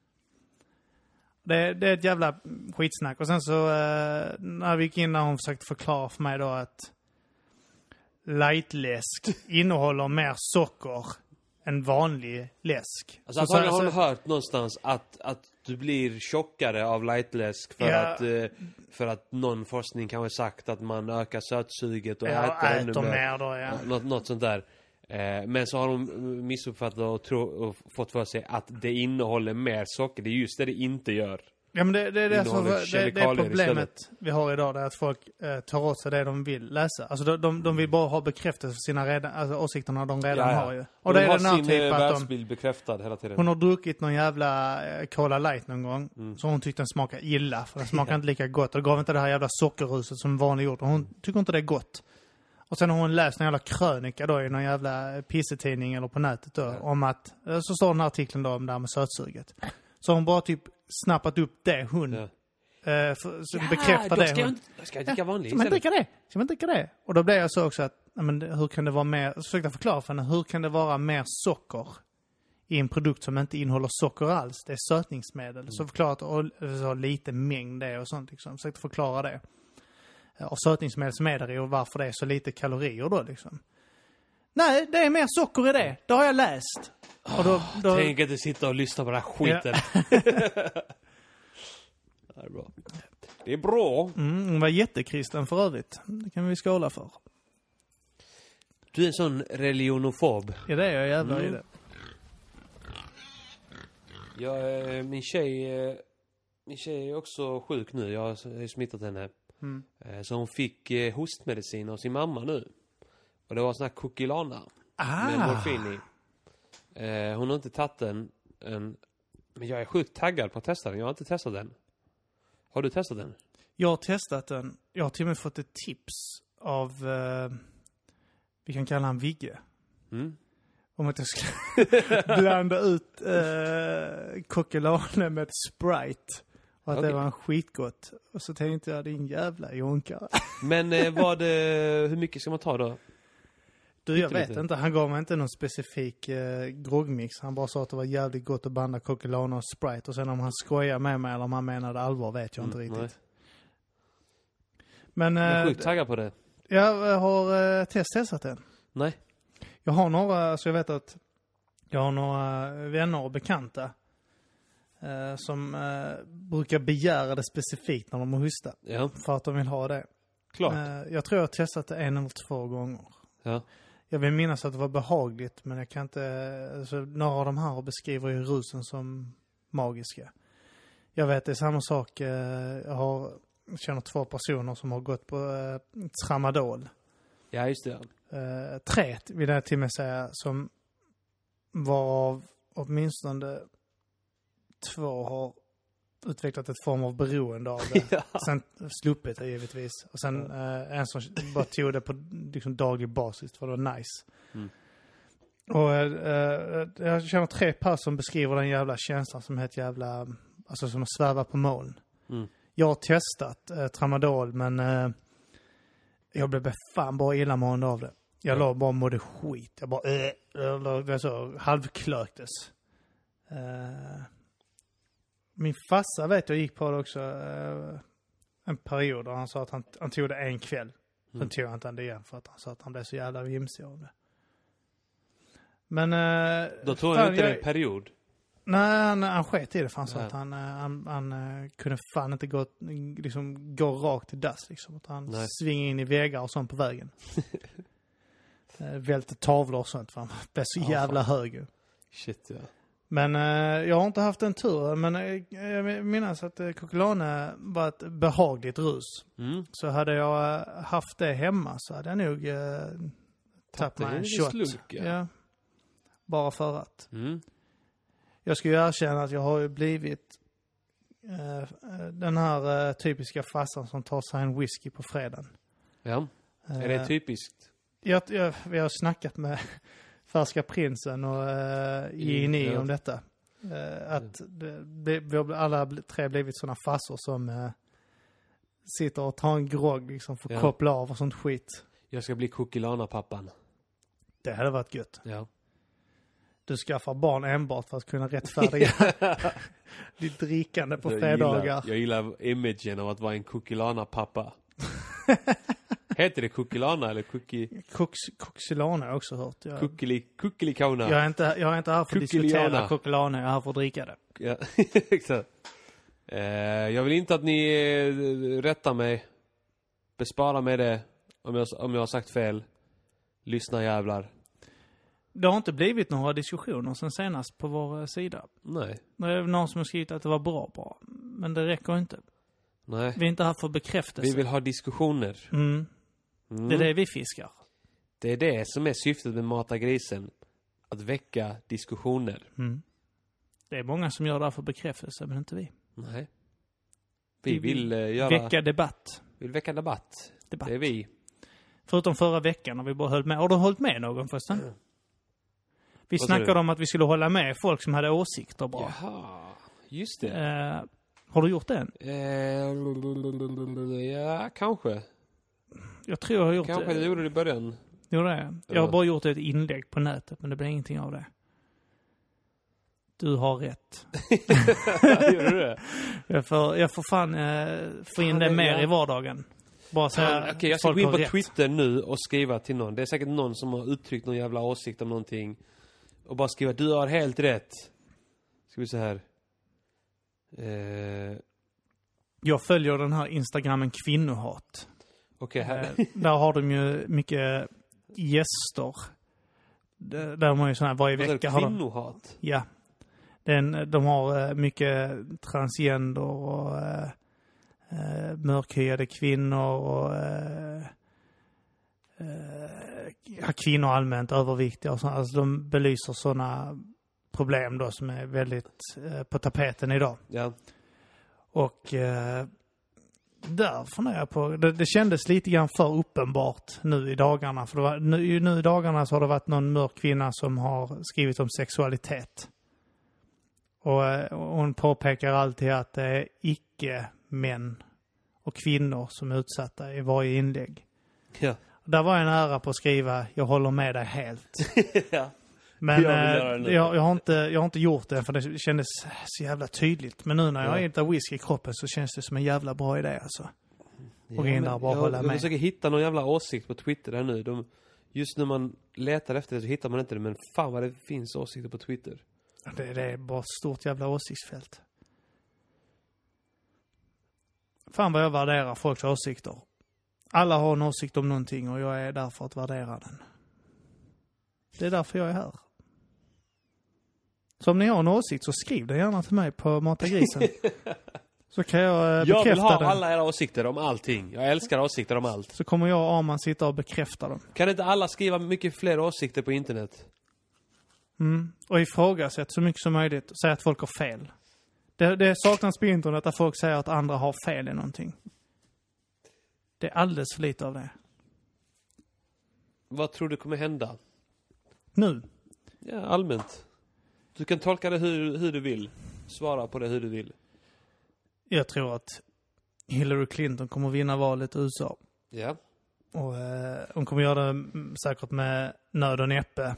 Det, det är ett jävla skitsnack. Och sen så eh, när vi gick in när hon försökte förklara för mig då att lightläsk innehåller mer socker än vanlig läsk.
Alltså så, har du hört någonstans att, att du blir tjockare av lightläsk för, ja. att, eh, för att någon forskning kanske sagt att man ökar sötsuget och
ja,
äter, äter
ännu mer. mer då, ja.
något, något sånt där. Eh, men så har de missuppfattat och, tro, och fått för sig att det innehåller mer socker. Det är just det det inte gör.
Ja, men det, det, det, alltså, det, det är problemet istället. Vi har idag, det är att folk eh, tar åt sig det de vill läsa. Alltså de, de, de vill bara ha bekräftelse för sina redan, alltså, åsikterna de redan ja, ja. har ju. Och,
och
det
de
är
har
den här
sin
typ
världsbild bekräftad hela tiden.
Hon har druckit någon jävla eh, Cola Light någon gång. Mm. Så hon tyckte den smakade illa. För den smakar inte lika gott. Och det gav inte det här jävla sockerruset som vanligt gjort. Och hon tycker inte det är gott. Och sen har hon läst en jävla krönika då i någon jävla pissetidning eller på nätet då. Ja. Om att, så står den här artikeln då om det här med sötsuget. Så hon bara typ snappat upp det hon... Ja. Eh, för, så
Ja,
bekräftar
då
det.
ska jag
hon-
inte, då ska jag dricka vanlig
Ska man
istället.
dricka det? Ska man dricka det? Och då blev jag så också att, nej, men hur kan det vara mer, jag försökte förklara för henne, hur kan det vara mer socker i en produkt som inte innehåller socker alls? Det är sötningsmedel.
Mm.
Så förklarat, och så lite mängd det och sånt liksom. Försökte förklara det. Och sötningsmedel som är där i och varför det är så lite kalorier då liksom. Nej, det är mer socker i det. Det har jag läst. Och då, då,
Tänk inte sitta och lyssna på den här skiten. Det är bra. Det är bra.
mm, hon var jättekristen för övrigt. Det kan vi skåla för.
Du är en sån religionofob.
Ja, det är jag jävlar
Mm.
i det.
Jag, eh, min tjej, eh, min tjej är också sjuk nu. Jag har smittat henne.
Mm.
Eh, Så hon fick eh, hostmedicin av sin mamma nu. Och det var sån här Kokilana med
Ah,
morfin i. Eh, hon har inte tagit den än. Men jag är sjukt taggad på att testa den. Jag har inte testat den. Har du testat den?
jag har testat den. Jag har till och med fått ett tips av, eh, vi kan kalla han Vigge.
Mm.
Om att jag skulle blanda ut eh, Kokilane med Sprite. Och att
Okej.
det var en skitgott. Och så tänkte jag, din jävla jonkare.
Men eh, vad det, hur mycket ska man ta då?
Du, jag
Lite
vet inte. Han gav mig inte någon specifik eh, groggmix. Han bara sa att det var jävligt gott att blanda Kokilane och Sprite. Och sen om han skojar med mig eller om han menade allvar vet jag inte
Mm,
riktigt. Men
Jag är
eh,
sjukt taggad på det.
jag har eh, test testat den.
Nej.
Jag har några, så jag vet att jag har några vänner och bekanta eh, som eh, brukar begära det specifikt när de har hostat.
Ja,
För att de vill ha det.
klart.
Eh, jag tror jag har testat det en eller två gånger.
Ja.
Jag vill minnas att det var behagligt, men jag kan inte... Alltså, några av de här beskriver ju rusen som magiska. Jag vet, det är samma sak. Eh, jag har, jag känner två personer som har gått på eh, tramadol.
Ja, just det.
Eh, tre vill jag till och med säga, som var av åtminstone två har utvecklat ett form av beroende av det.
Ja.
Sen sluppit det givetvis. Och sen eh, en som bara tog det på liksom, daglig basis för det var nice.
Mm.
Och eh, jag känner tre par som beskriver den jävla känslan som är ett jävla, alltså som att sväva på moln.
Mm.
Jag har testat eh, tramadol, men eh, jag blev fan bara illamående av det. Jag
Ja.
låg bara och mådde skit. Jag bara, äh, eller så, halvklöktes. Eh, min farsa vet jag gick på det också eh, en period och han sa att han, han tog det en kväll. Sen
Mm.
tog han inte det igen för att han sa att han blev så jävla vimsig av det. Men... Eh,
Då tog
fan,
han inte
jag-
det en period.
Nej, han, han sket i det för han sa
Ja.
att han, eh, han, han eh, kunde fan inte gå, liksom, gå rakt till dass liksom. Att han
Nej.
svingar in i vägar och sånt på vägen. eh, välte tavlor och sånt för han blev så
Ja,
jävla hög ju.
Shit, ja.
Men eh, jag har inte haft den turen. Men eh, jag minns att eh, Kokilane var ett behagligt rus.
Mm.
Så hade jag eh, haft det hemma så hade jag nog eh, tagit
det
mig en
en
shot.
slurk, ja.
Ja. Bara för att.
Mm.
Jag ska ju erkänna att jag har ju blivit eh, den här eh, typiska farsan som tar sig en whisky på fredagen.
Ja. Är
Eh,
det typiskt?
jag, jag, vi har snackat med Färska Prinsen och eh, Gini
Ja.
om detta. Eh, att det, det, vi har alla bl- tre blivit sådana farsor som eh, sitter och tar en grogg liksom för att
Ja.
koppla av och sånt skit.
Jag ska bli Kokilana-pappan.
Det hade varit gött.
Ja.
Du skaffar barn enbart för att kunna rättfärdiga ditt drickande på
jag
fredagar.
Gillar, jag gillar imagen av att vara en Kokilana-pappa. Heter det Kokilana eller Kuki...
Koks, Koksilane har jag också hört. Jag,
Kukkili... Kukkilikauna?
jag, är inte, jag är inte här för att diskutera
Kukkiliana.
Kokilane, jag är här för att dricka det.
Ja, exakt. Eh, jag vill inte att ni eh, rättar mig. Bespara mig det. Om jag, om jag har sagt fel. Lyssna jävlar.
Det har inte blivit några diskussioner sen senast på vår eh, sida.
Nej.
Det är någon som har skrivit att det var bra bra. Men det räcker inte.
Nej.
Vi är inte här för bekräftelse.
Vi vill ha diskussioner.
Mm.
Mm.
Det är det vi fiskar.
Det är det som är syftet med Mata grisen. Att väcka diskussioner.
Mm. Det är många som gör det här för bekräftelse, men inte vi.
Nej. Vi
Vi vill
vill uh, göra...
Väcka debatt.
Vill väcka debatt.
debatt.
Det är vi.
Förutom förra veckan när vi bara höll med. Har du hållit med någon förresten?
Mm.
Vi
Vad sa
snackade
du?
om att vi skulle hålla med folk som hade åsikter bara.
Jaha. Just det.
Eh, Har du gjort det än?
Eh, ja, kanske.
Jag tror jag har gjort
Kanske
det.
jag gjorde det i början.
Gjorde det? Jag har bara gjort ett inlägg på nätet, men det blir ingenting av det. Du har rätt.
Gjorde du det?
Jag får, jag får fan eh, få in
Fan,
det
det-
mer
ja.
i vardagen. Bara säga
Okej, okay, jag ska
folk
gå in
har
på
rätt.
Twitter nu och skriva till någon. Det är säkert någon som har uttryckt någon jävla åsikt om någonting. Och bara skriva, du har helt rätt. Ska vi se här. Eh,
Jag följer den här Instagrammen Kvinnohat.
Okej, här.
Eh, där har de ju mycket gäster. Där där de har ju sån här varje
Vad är
vecka.
det?
Har de,
Kvinnohat?
ja. Den, de har eh, mycket transgender och eh, eh, mörkhyade kvinnor och eh, eh, ja, kvinnor allmänt överviktiga och så. Alltså de belyser sådana problem då som är väldigt eh, på tapeten idag.
Ja.
Och eh, där funderar jag på, det, det kändes lite grann för uppenbart nu i dagarna. För det var, nu, nu i dagarna så har det varit någon mörk kvinna som har skrivit om sexualitet. Och, eh, och hon påpekar alltid att det är icke-män och kvinnor som är utsatta i varje inlägg.
Ja.
Där var jag nära på att skriva, jag håller med dig helt.
Ja.
Men
Jag vill
eh,
göra det nu.
jag, jag, har inte, jag har inte gjort det för det kändes så jävla tydligt. Men nu när jag
Ja.
har hittat whisky i kroppen så känns det som en jävla bra idé alltså. Och gå in
men
där och bara
jag,
hålla
jag
med.
försöker hitta någon jävla åsikt på Twitter här nu. De, just när man letar efter det så hittar man inte det. Men fan vad det finns åsikter på Twitter.
Det, det är bara ett stort jävla åsiktsfält. Fan vad jag värderar folks åsikter. Alla har en åsikt om någonting och jag är där för att värdera den. Det är därför jag är här. Så om ni har en åsikt så skriv det gärna till mig på Matagrisen. Så kan jag eh,
Jag
bekräfta
vill ha
den.
alla era åsikter om allting. Jag älskar åsikter om allt.
Så kommer jag och Arman sitta och bekräfta dem.
Kan inte alla skriva mycket fler åsikter på internet?
Mm. Och ifrågasätt så mycket som möjligt. Säg att folk har fel. Det, det saknas på internet att folk säger att andra har fel i någonting. Det är alldeles för lite av det.
Vad tror du kommer hända?
Nu.
Ja, allmänt. Du kan tolka det hur, hur du vill. Svara på det hur du vill.
Jag tror att Hillary Clinton kommer vinna valet i U S A.
Ja.
Och eh, hon kommer göra det mm, säkert med nöd och näppe.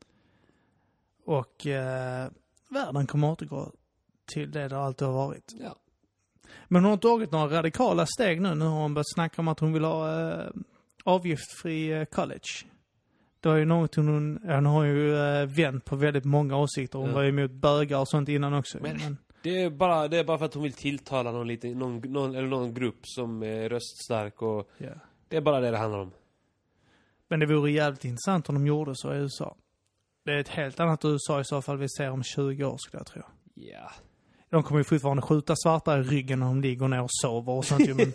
Och eh, världen kommer återgå till det det alltid har varit.
Ja.
Men hon har tagit några radikala steg nu. Nu har hon börjat snacka om att hon vill ha eh, avgiftfri eh, college. Det var ju någonting hon, ja, hon har ju eh, vänt på väldigt många åsikter. Hon
Ja.
var ju emot bögar och sånt innan också.
Men-
Men,
Det är bara, det är bara för att hon vill tilltala någon, lite, någon, någon, eller någon grupp som är röststark och
ja.
det är bara det det handlar om.
Men det vore jävligt intressant om de gjorde så i U S A. Det är ett helt annat U S A i så fall vi ser om tjugo år skulle jag tro.
Ja.
De kommer ju fortfarande skjuta svarta i ryggen när de ligger ner och sover och sånt ju, men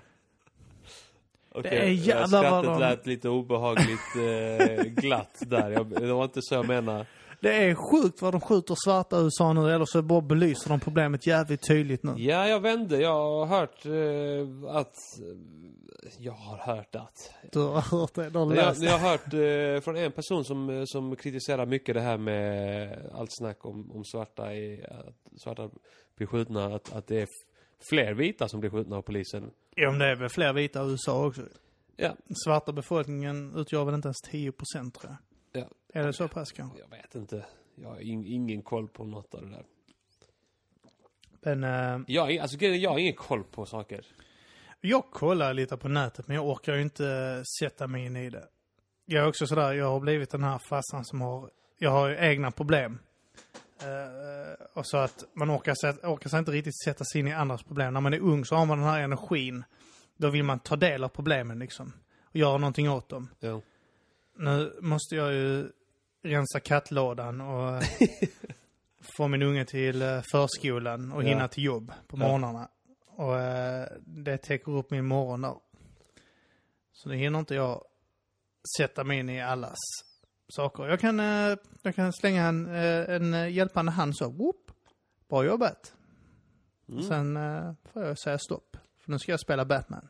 Okej,
Det är jävlar vad
skrattet
de-
lät lite obehagligt eh, glatt där. Jag, det var inte så jag menar.
det är sjukt vad de skjuter svarta i U S A nu, eller så bara belyser de problemet jävligt tydligt nu.
Ja, jag vände. Jag har hört eh, att... Jag har hört att...
Du har hört det, du har
Jag,
läst det.
jag har hört eh, från en person som, som kritiserar mycket det här med allt snack om, om svarta, i, att svarta blir skjutna. Att, att det är f- fler vita som blir skjutna av polisen.
Ja, men det är väl fler vita i U S A också.
Ja,
Svarta befolkningen utgör väl inte ens tio procent tror jag.
Ja.
Är det så pass kanske?
jag vet inte. Jag har in, ingen koll på något av det där.
Men eh,
Jag, har ing- alltså, grejen är, jag har ingen koll på saker.
jag kollar lite på nätet, men jag orkar ju inte sätta mig in i det. Jag är också sådär, jag har blivit den här farsan som har, jag har ju egna problem. Eh, och så att man orkar, sätt, orkar sig inte riktigt sätta sig in i andras problem. När man är ung så har man den här energin. Då vill man ta del av problemen liksom. Och göra någonting åt dem.
Ja.
Nu måste jag ju rensa kattlådan och få min unge till eh, förskolan och
Ja.
hinna till jobb på
Ja.
morgnarna. Och eh, det täcker upp min morgon där. Så nu hinner inte jag sätta mig in i allas saker. Jag kan, eh, jag kan slänga en, eh, en hjälpande hand så. Whoop, bra jobbat.
Mm.
Sen eh, får jag säga stopp. För nu ska jag spela Batman.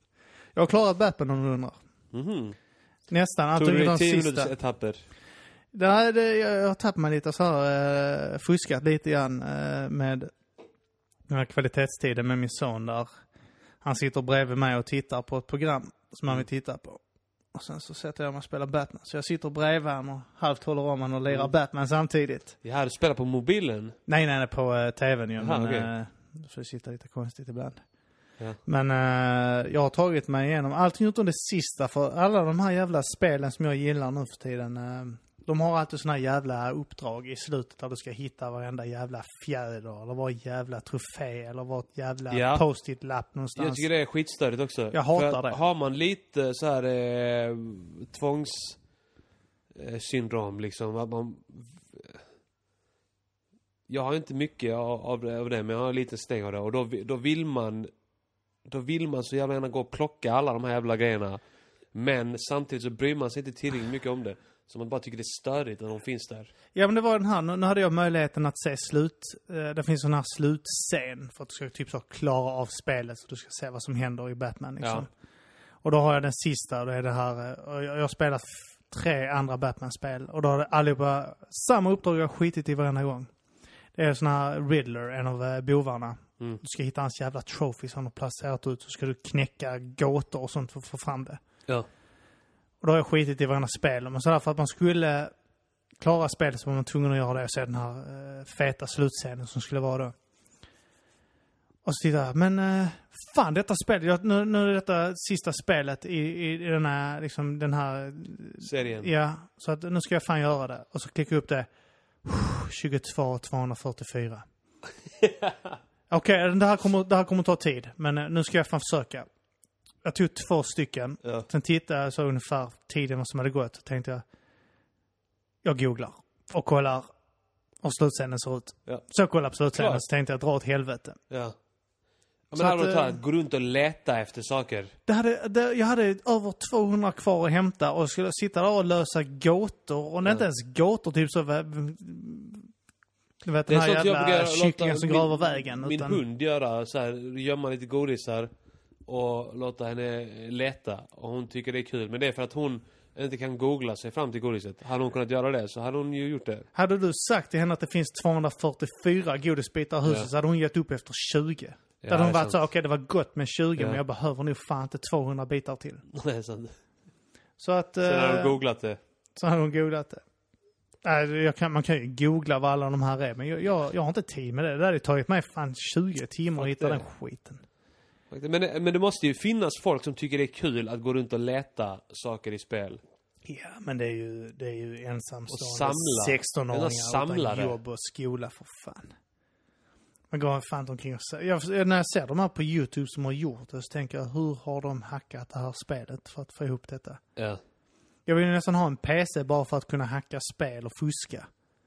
Jag har klarat Batman om du undrar.
Mhm.
Nästan.
Tog
Antingen
du
de
tio
sista.
minuters etapper?
Det här, det, jag har tappat mig lite så här, uh, fuskat lite grann uh, med den här kvalitetstiden med min son där. Han sitter bredvid mig och tittar på ett program som han vill titta på. Och sen så sätter jag mig och spelar Batman. Så jag sitter bredvid honom och halvt håller om honom och lirar mm. Batman samtidigt.
Ja, du spelar på mobilen?
Nej, nej, nej på uh, tvn ju.
Aha,
men
okay.
uh, så det sitter lite konstigt ibland.
Ja.
Men uh, jag har tagit mig igenom allting utom det sista. För alla de här jävla spelen som jag gillar nu för tiden. Uh, de har alltid såna här jävla uppdrag i slutet där du ska hitta varenda jävla fjäder. Eller vad jävla trofé. Eller vad jävla ja. post-it-lapp någonstans.
Jag tycker det är skitstörigt också.
Jag hatar
för
det.
Har man lite så här eh, tvångs eh, syndrom liksom. Att man... Jag har inte mycket av, av, det, av det, men jag har lite steg av det. Och då, då vill man då vill man så jävla gärna gå och plocka alla de här jävla grejerna. Men samtidigt så bryr man sig inte tillräckligt mycket om det. Så man bara tycker det är störigt när de finns där.
Ja, men det var den här. Nu, nu hade jag möjligheten att se slut. Eh, det finns en här slutscen för att du ska typ så klara av spelet. Så du ska se vad som händer i Batman liksom. Ja. Och då har jag den sista. Och det är det här. Och jag, jag har spelat f- tre andra Batman-spel. Och då har det allihopa samma uppdrag jag har skitit i varenda gång. Det är sån här Riddler, en av uh, bovarna. Mm. Du ska hitta hans jävla trophy som har placerat ut. Så ska du knäcka gåtor och sånt för att få fram det.
Ja.
Och då har jag skitit i varandra spel. Men sådär för att man skulle klara spelet så var man tvungen att göra det och se den här uh, feta slutscenen som skulle vara då. Och så tittar jag, men uh, fan detta spel, jag, nu, nu är detta sista spelet i, i, i den här, liksom den här
serien.
Ja, så att nu ska jag fan göra det. Och så klickar jag upp det. tjugotvå tvåhundrafyrtiofyra. Okej, okay, det, här kommer, det här kommer ta tid. Men uh, nu ska jag fan försöka. Jag tog två stycken. Ja. Sen tittade jag så ungefär tiden vad som hade gått. Så tänkte jag, jag googlar och kollar och slutscenen ser ut. Ja. Så jag kollar på slutscenen så tänkte jag dra åt helvete.
Ja. Ja, men så hade du tagit, gå runt och leta efter saker. Det
hade, det, jag hade över tvåhundra kvar att hämta och skulle sitta där och lösa gåtor. Och ja. Inte ens gåtor, typ så... Du vet, den här jävla kycklingen som går över vägen.
Min
utan...
hund göra så här, gömma lite godisar och låta henne leta. Och hon tycker det är kul. Men det är för att hon inte kan googla sig fram till godiset. Hade hon kunnat göra det så hade hon ju gjort det.
Hade du sagt till henne att det finns tvåhundrafyrtiofyra godisbitar i huset ja. Så hade hon gett upp efter tjugo. Ja, där hon varit så, okej okay, det var gott med tjugo ja. Men jag behöver nog fan inte tvåhundra bitar till.
Det är sant.
Så att...
Sen hade hon googlat det.
Så hade hon googlat det. Nej, jag kan, man kan ju googla vad alla de här är. Men jag, jag, jag har inte tid med det. Det hade tagit mig fan tjugo timmar att hitta den skiten.
Men, men det måste ju finnas folk som tycker det är kul att gå runt och leta saker i spel.
Ja, men det är ju, det är ju ensamstående
sexton-åringar
utan jobb och skola för fan. Man går fan omkring och jag, när jag ser de här på YouTube som har gjort det så tänker jag, hur har de hackat det här spelet för att få ihop detta?
Ja.
Jag vill nästan ha en P C bara för att kunna hacka spel och fuska.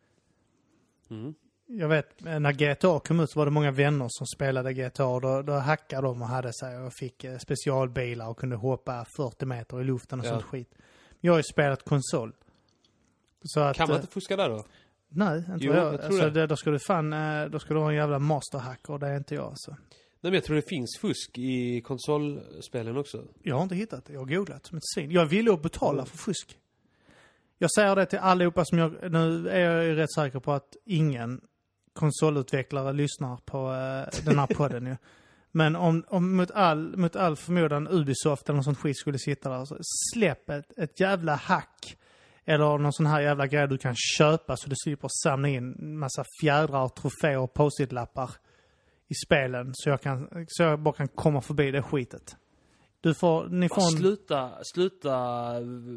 Mm.
Jag vet, när G T A kom ut så var det många vänner som spelade G T A. Då, då hackade de och hade sig och fick eh, specialbilar och kunde hoppa fyrtio meter i luften och ja. Sånt skit. Jag har ju spelat konsol. Så att,
kan man inte fuska där då?
Nej, inte
jo,
jag.
jag tror
alltså,
det.
det, då ska du fan, då ska du ha en jävla masterhacker och det är inte jag alltså.
Nej, men jag tror det finns fusk i konsolspelen också.
Jag har inte hittat det. Jag har googlat som ett svin. Jag vill ju betala mm. för fusk. Jag säger det till allihopa som jag... Nu är jag ju rätt säker på att ingen konsolutvecklare lyssnar på uh, den här podden ju. Men om, om mot, all, mot all förmodan Ubisoft eller något sånt skit skulle sitta där så släpp ett, ett jävla hack eller någon sån här jävla grej du kan köpa så du slipper samla in massa fjädrar, troféer och post-it-lappar i spelen så jag, kan, så jag bara kan komma förbi det skitet. Du får... Ni får en...
Sluta... Sluta...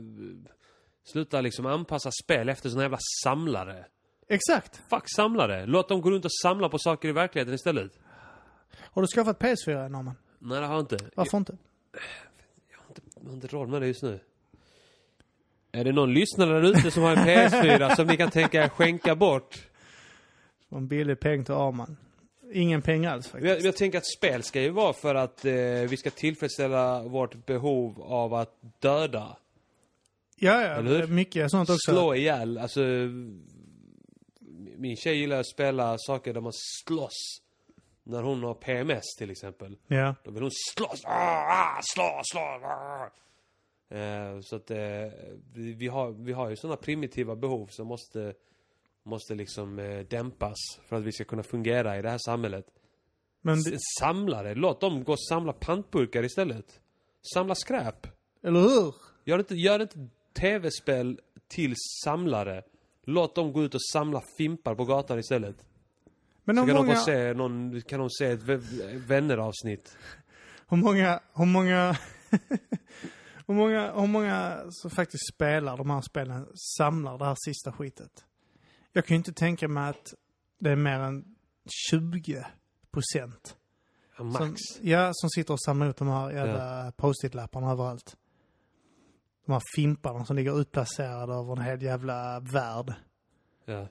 Sluta liksom anpassa spel efter såna jävla samlare.
Exakt.
Fuck samlare. Låt dem gå runt och samla på saker i verkligheten istället.
Har du skaffat P S fyra, Norman?
Nej, det har jag inte.
Varför
jag,
inte?
Jag har inte, jag har inte råd med det just nu. Är det någon lyssnare där ute som har en P S fyra som ni kan tänka skänka bort?
En billig peng till Arman. Ingen pengar alls faktiskt.
Jag, jag tänker att spel ska ju vara för att eh, vi ska tillfredsställa vårt behov av att döda.
Ja, ja. Eller mycket sånt också.
Slå ihjäl. Alltså, min tjej gillar att spela saker där man slåss. När hon har P M S till exempel.
Ja.
Då vill hon slåss. Ah, slå, slå. Ah. Eh, så att eh, vi, vi, har, vi har ju sådana primitiva behov som måste, måste liksom eh, dämpas för att vi ska kunna fungera i det här samhället.
Men det,
Samlare, låt dem gå och samla pantburkar istället. Samla skräp.
eller hur?
Gör inte, gör inte tv-spel till samlare. Låt dem gå ut och samla fimpar på gatan istället.
Men
Så
hur
kan
många,
de få se någon, kan de se ett v- vänner-avsnitt.
hur många, hur många, hur många, hur många som faktiskt spelar de här spelen samlar det här sista skitet? Jag kan ju inte tänka mig att det är mer än tjugo procent.
Ja, max.
Som, ja, som sitter och samlar ut de här jävla ja. post-it-lapparna överallt. De här fimparna som ligger utplacerade över en hel jävla värld.
Ja.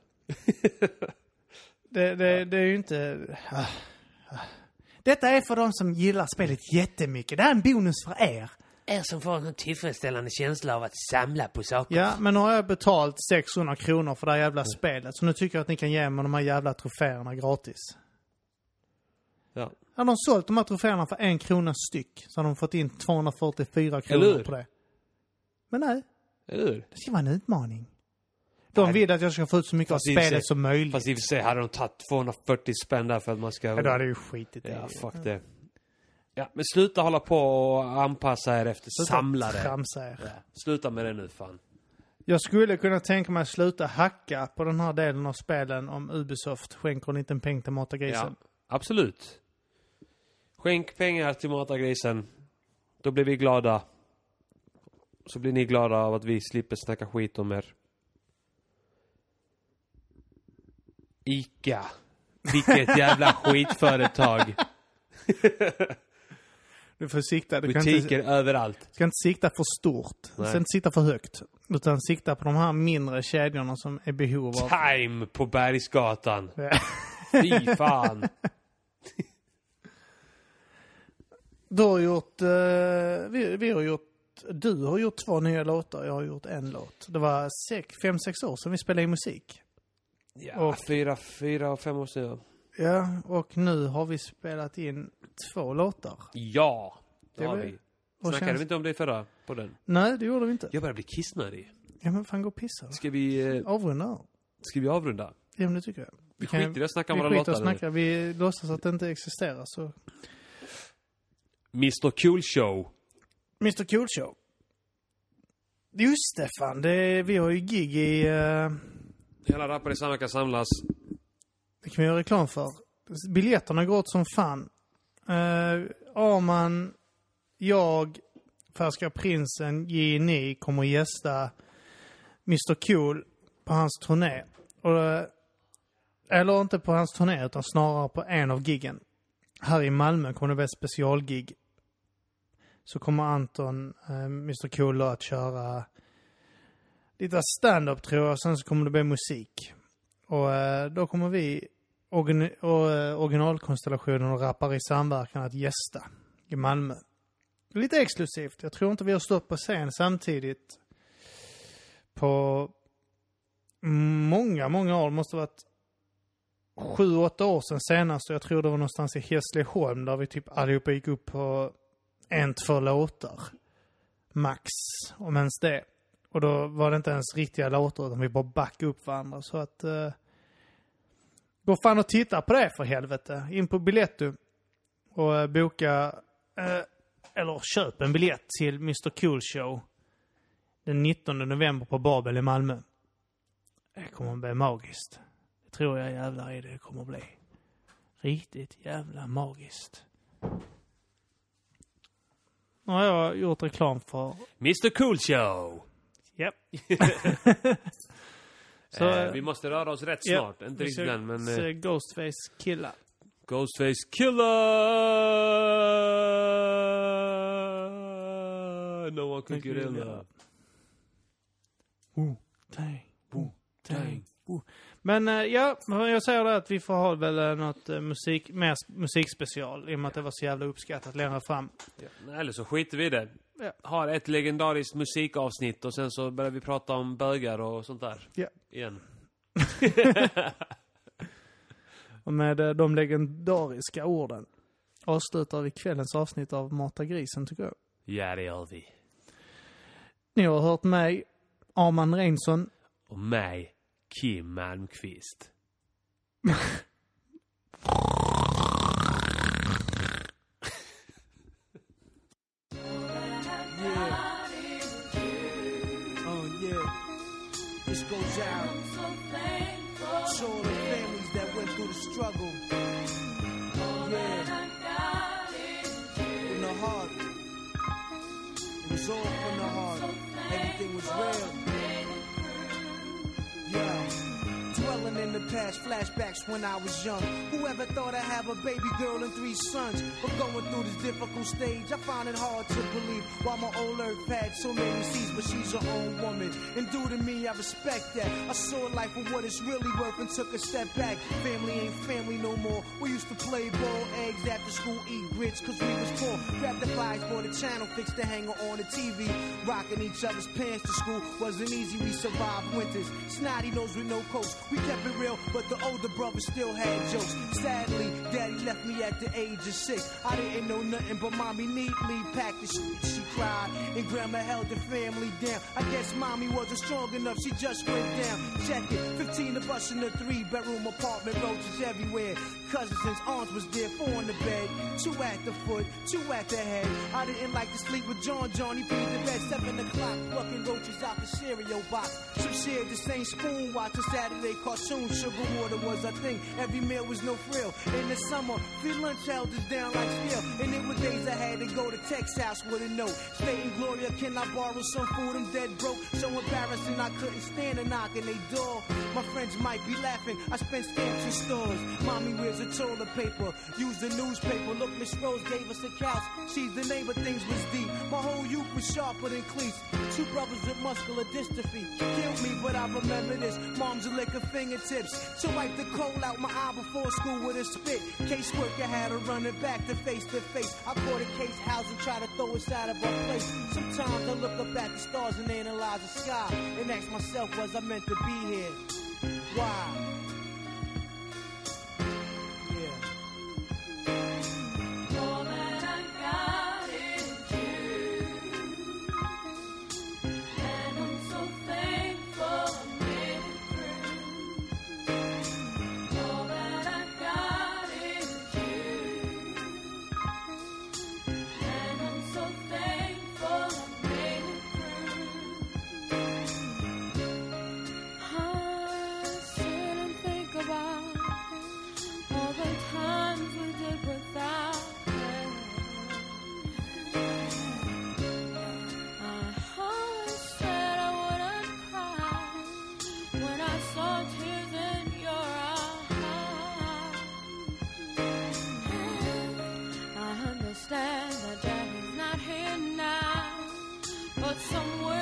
det, det, det är ju inte... Uh, uh. Detta är för de som gillar spelet jättemycket. Det är en bonus för er.
Er som får en tillfredsställande känsla av att samla på saker.
Ja, men nu har jag betalt sexhundra kronor för det här jävla mm. spelet. Så nu tycker jag att ni kan ge mig de här jävla troféerna gratis.
Ja.
Hade de sålt de här troféerna för en krona styck så hade de fått in tvåhundrafyrtiofyra kronor på det. Men nej.
Eller hur?
Det ska vara en utmaning. De nej. vill att jag ska få ut så mycket fast av spelet sig, som möjligt.
Fast i och för sig hade de tagit tvåhundrafyrtio spänn där för att man ska...
Ja, då hade ju skitit i
ja,
det.
fuck det. Ja, men sluta hålla på och anpassa er efter sluta samlare.
Tramsa er.
Ja. Sluta med det nu, fan.
Jag skulle kunna tänka mig att sluta hacka på den här delen av spelen om Ubisoft skänker en liten peng till Matagrisen.
Ja, absolut. Skänk pengar till Matagrisen. Då blir vi glada. Så blir ni glada av att vi slipper snacka skit om er. Ica. Vilket jävla skitföretag.
Du får sikta. Du
butiker
kan inte,
överallt.
Du ska inte sikta för stort. Du ska inte sikta för högt. Utan sikta på de här mindre kedjorna som är behov av...
Time på Bergsgatan. Fy fan.
Du har gjort... Uh, vi, vi har gjort... Du har gjort två nya låtar. Jag har gjort en låt. Det var sex, fem, sex år sedan vi spelade i musik.
Ja, och, fyra, fyra och fem år sedan.
Ja, och nu har vi spelat in två låtar.
Ja, det, det har vi. Snackade
känns...
vi inte om det förra på den?
Nej, det gjorde vi inte.
Jag börjar bli kissnödig.
Ja, men fan gå och pissa.
Ska vi... Eh...
Avrunda?
Ska vi avrunda?
Ja, men det tycker jag.
Vi, vi skiter i att snacka om våra
låtar.
Vi skiter
och snacka. Vi låtsas att det inte existerar, så...
mister Cool Show.
mister Cool Show. Just det, fan. Det, vi har ju gig i... Uh...
Hela rappare i samma kan samlas.
Det kan vi göra reklam för. Biljetterna går åt som fan. Uh, Arman, jag, Färska Prinsen, Gini kommer att gästa mister Cool på hans turné. Och, uh, eller inte på hans turné utan snarare på en av giggen. Här i Malmö kommer det vara ett specialgig. Så kommer Anton, uh, mister Cool, att köra lite stand-up tror jag. Sen så kommer det bli musik. Och uh, då kommer vi origin- och, uh, originalkonstellationen och rappare i samverkan att gästa i Malmö. Lite exklusivt. Jag tror inte vi har stått på scen samtidigt på många, många år. Det måste ha varit sju, åtta år sedan senast. Jag tror det var någonstans i Hässleholm där vi typ allihopa gick upp på en, två låtar. Max. Om ens det. Och då var det inte ens riktiga låtar utan vi bara backade upp varandra. Så att... Uh, gå fan och titta på det för helvete. In på Biletto. Och uh, boka... Uh, eller köp en biljett till mister Cool Show. Den nittonde november på Babel i Malmö. Det kommer att bli magiskt. Det tror jag jävlar i det kommer att bli. Riktigt jävla magiskt. Nu har jag gjort reklam för...
mister Cool Show!
Japp.
Så, eh, vi måste röra oss rätt
ja,
snart. Inte riktigt än, men...
Eh, Ghostface Killa.
Ghostface Killer! No one could get illa.
Woo, dang, woo, dang, woo. Men äh, ja, jag säger det att vi får ha väl äh, något äh, musik, mer musikspecial i och med att det var så jävla uppskattat längre fram.
Ja, eller så skiter vi i det.
Ja.
Har ett legendariskt musikavsnitt och sen så börjar vi prata om bögar och sånt där.
Ja.
Igen.
Och med äh, de legendariska orden avslutar vi kvällens avsnitt av Mata Grisen tycker jag.
Ja, det gör vi.
Ni har hört mig, Arman Reinsson.
Och mig, Kim Malmqvist.
This goes out to all the families that went through the struggle. Yeah, from the heart. It was all from the heart. Everything was real. Yeah. Dwelling in the past, flashbacks when I was young. Whoever thought I'd have a baby girl and three sons? But going through this difficult stage, I find it hard to believe why my old earth had so many seas, but she's her own woman. And due to me, I respect that. I saw life for what it's really worth and took a step back. Family ain't family no more. We used to play ball, eggs after school, eat grits, cause we was poor. Grab the flies for the channel, fix the hanger on the T V. Rocking each other's pants to school wasn't easy, we survived winters. Snotty nose with no coats. We kept it real, but the older brother still had jokes. Sadly, daddy left me at the age of six. I didn't know nothing, but mommy neatly packed the shit. She cried, and grandma held the family down. I guess mommy wasn't strong enough, she just went down. Check it, fifteen of us in a three-bedroom apartment, roaches everywhere. Cousins and aunts was there, four in the bed, two at the foot, two at the head. I didn't like to sleep with John, Johnny peed the bed, seven o'clock, plucking roaches out the cereal box. Some shared the same spoon, watching Saturday cartoons. Sugar water was a thing, every meal was no frill. In the summer, free lunch held us down like steel. And it were days I had to go to Tech's house with a note. Stay in Gloria, can I borrow some food? I'm dead broke, so embarrassing I couldn't stand a knock on they door. My friends might be laughing, I spent stamps in stores. Mommy wears a toilet paper, use the newspaper. Look, Miss Rose gave us a couch, she's the neighbor, things was deep. My whole youth was sharper than cleats. Two brothers with muscular dystrophy killed me, but I remember this. Mom's a lick of fingertips to wipe the coal out my eye before school with a spit. Caseworker had to run it back to face to face. I caught a case house and try to throw us out of our place. Sometimes I look up at the stars and analyze the sky and ask myself, was I meant to be here? Why?
But somewhere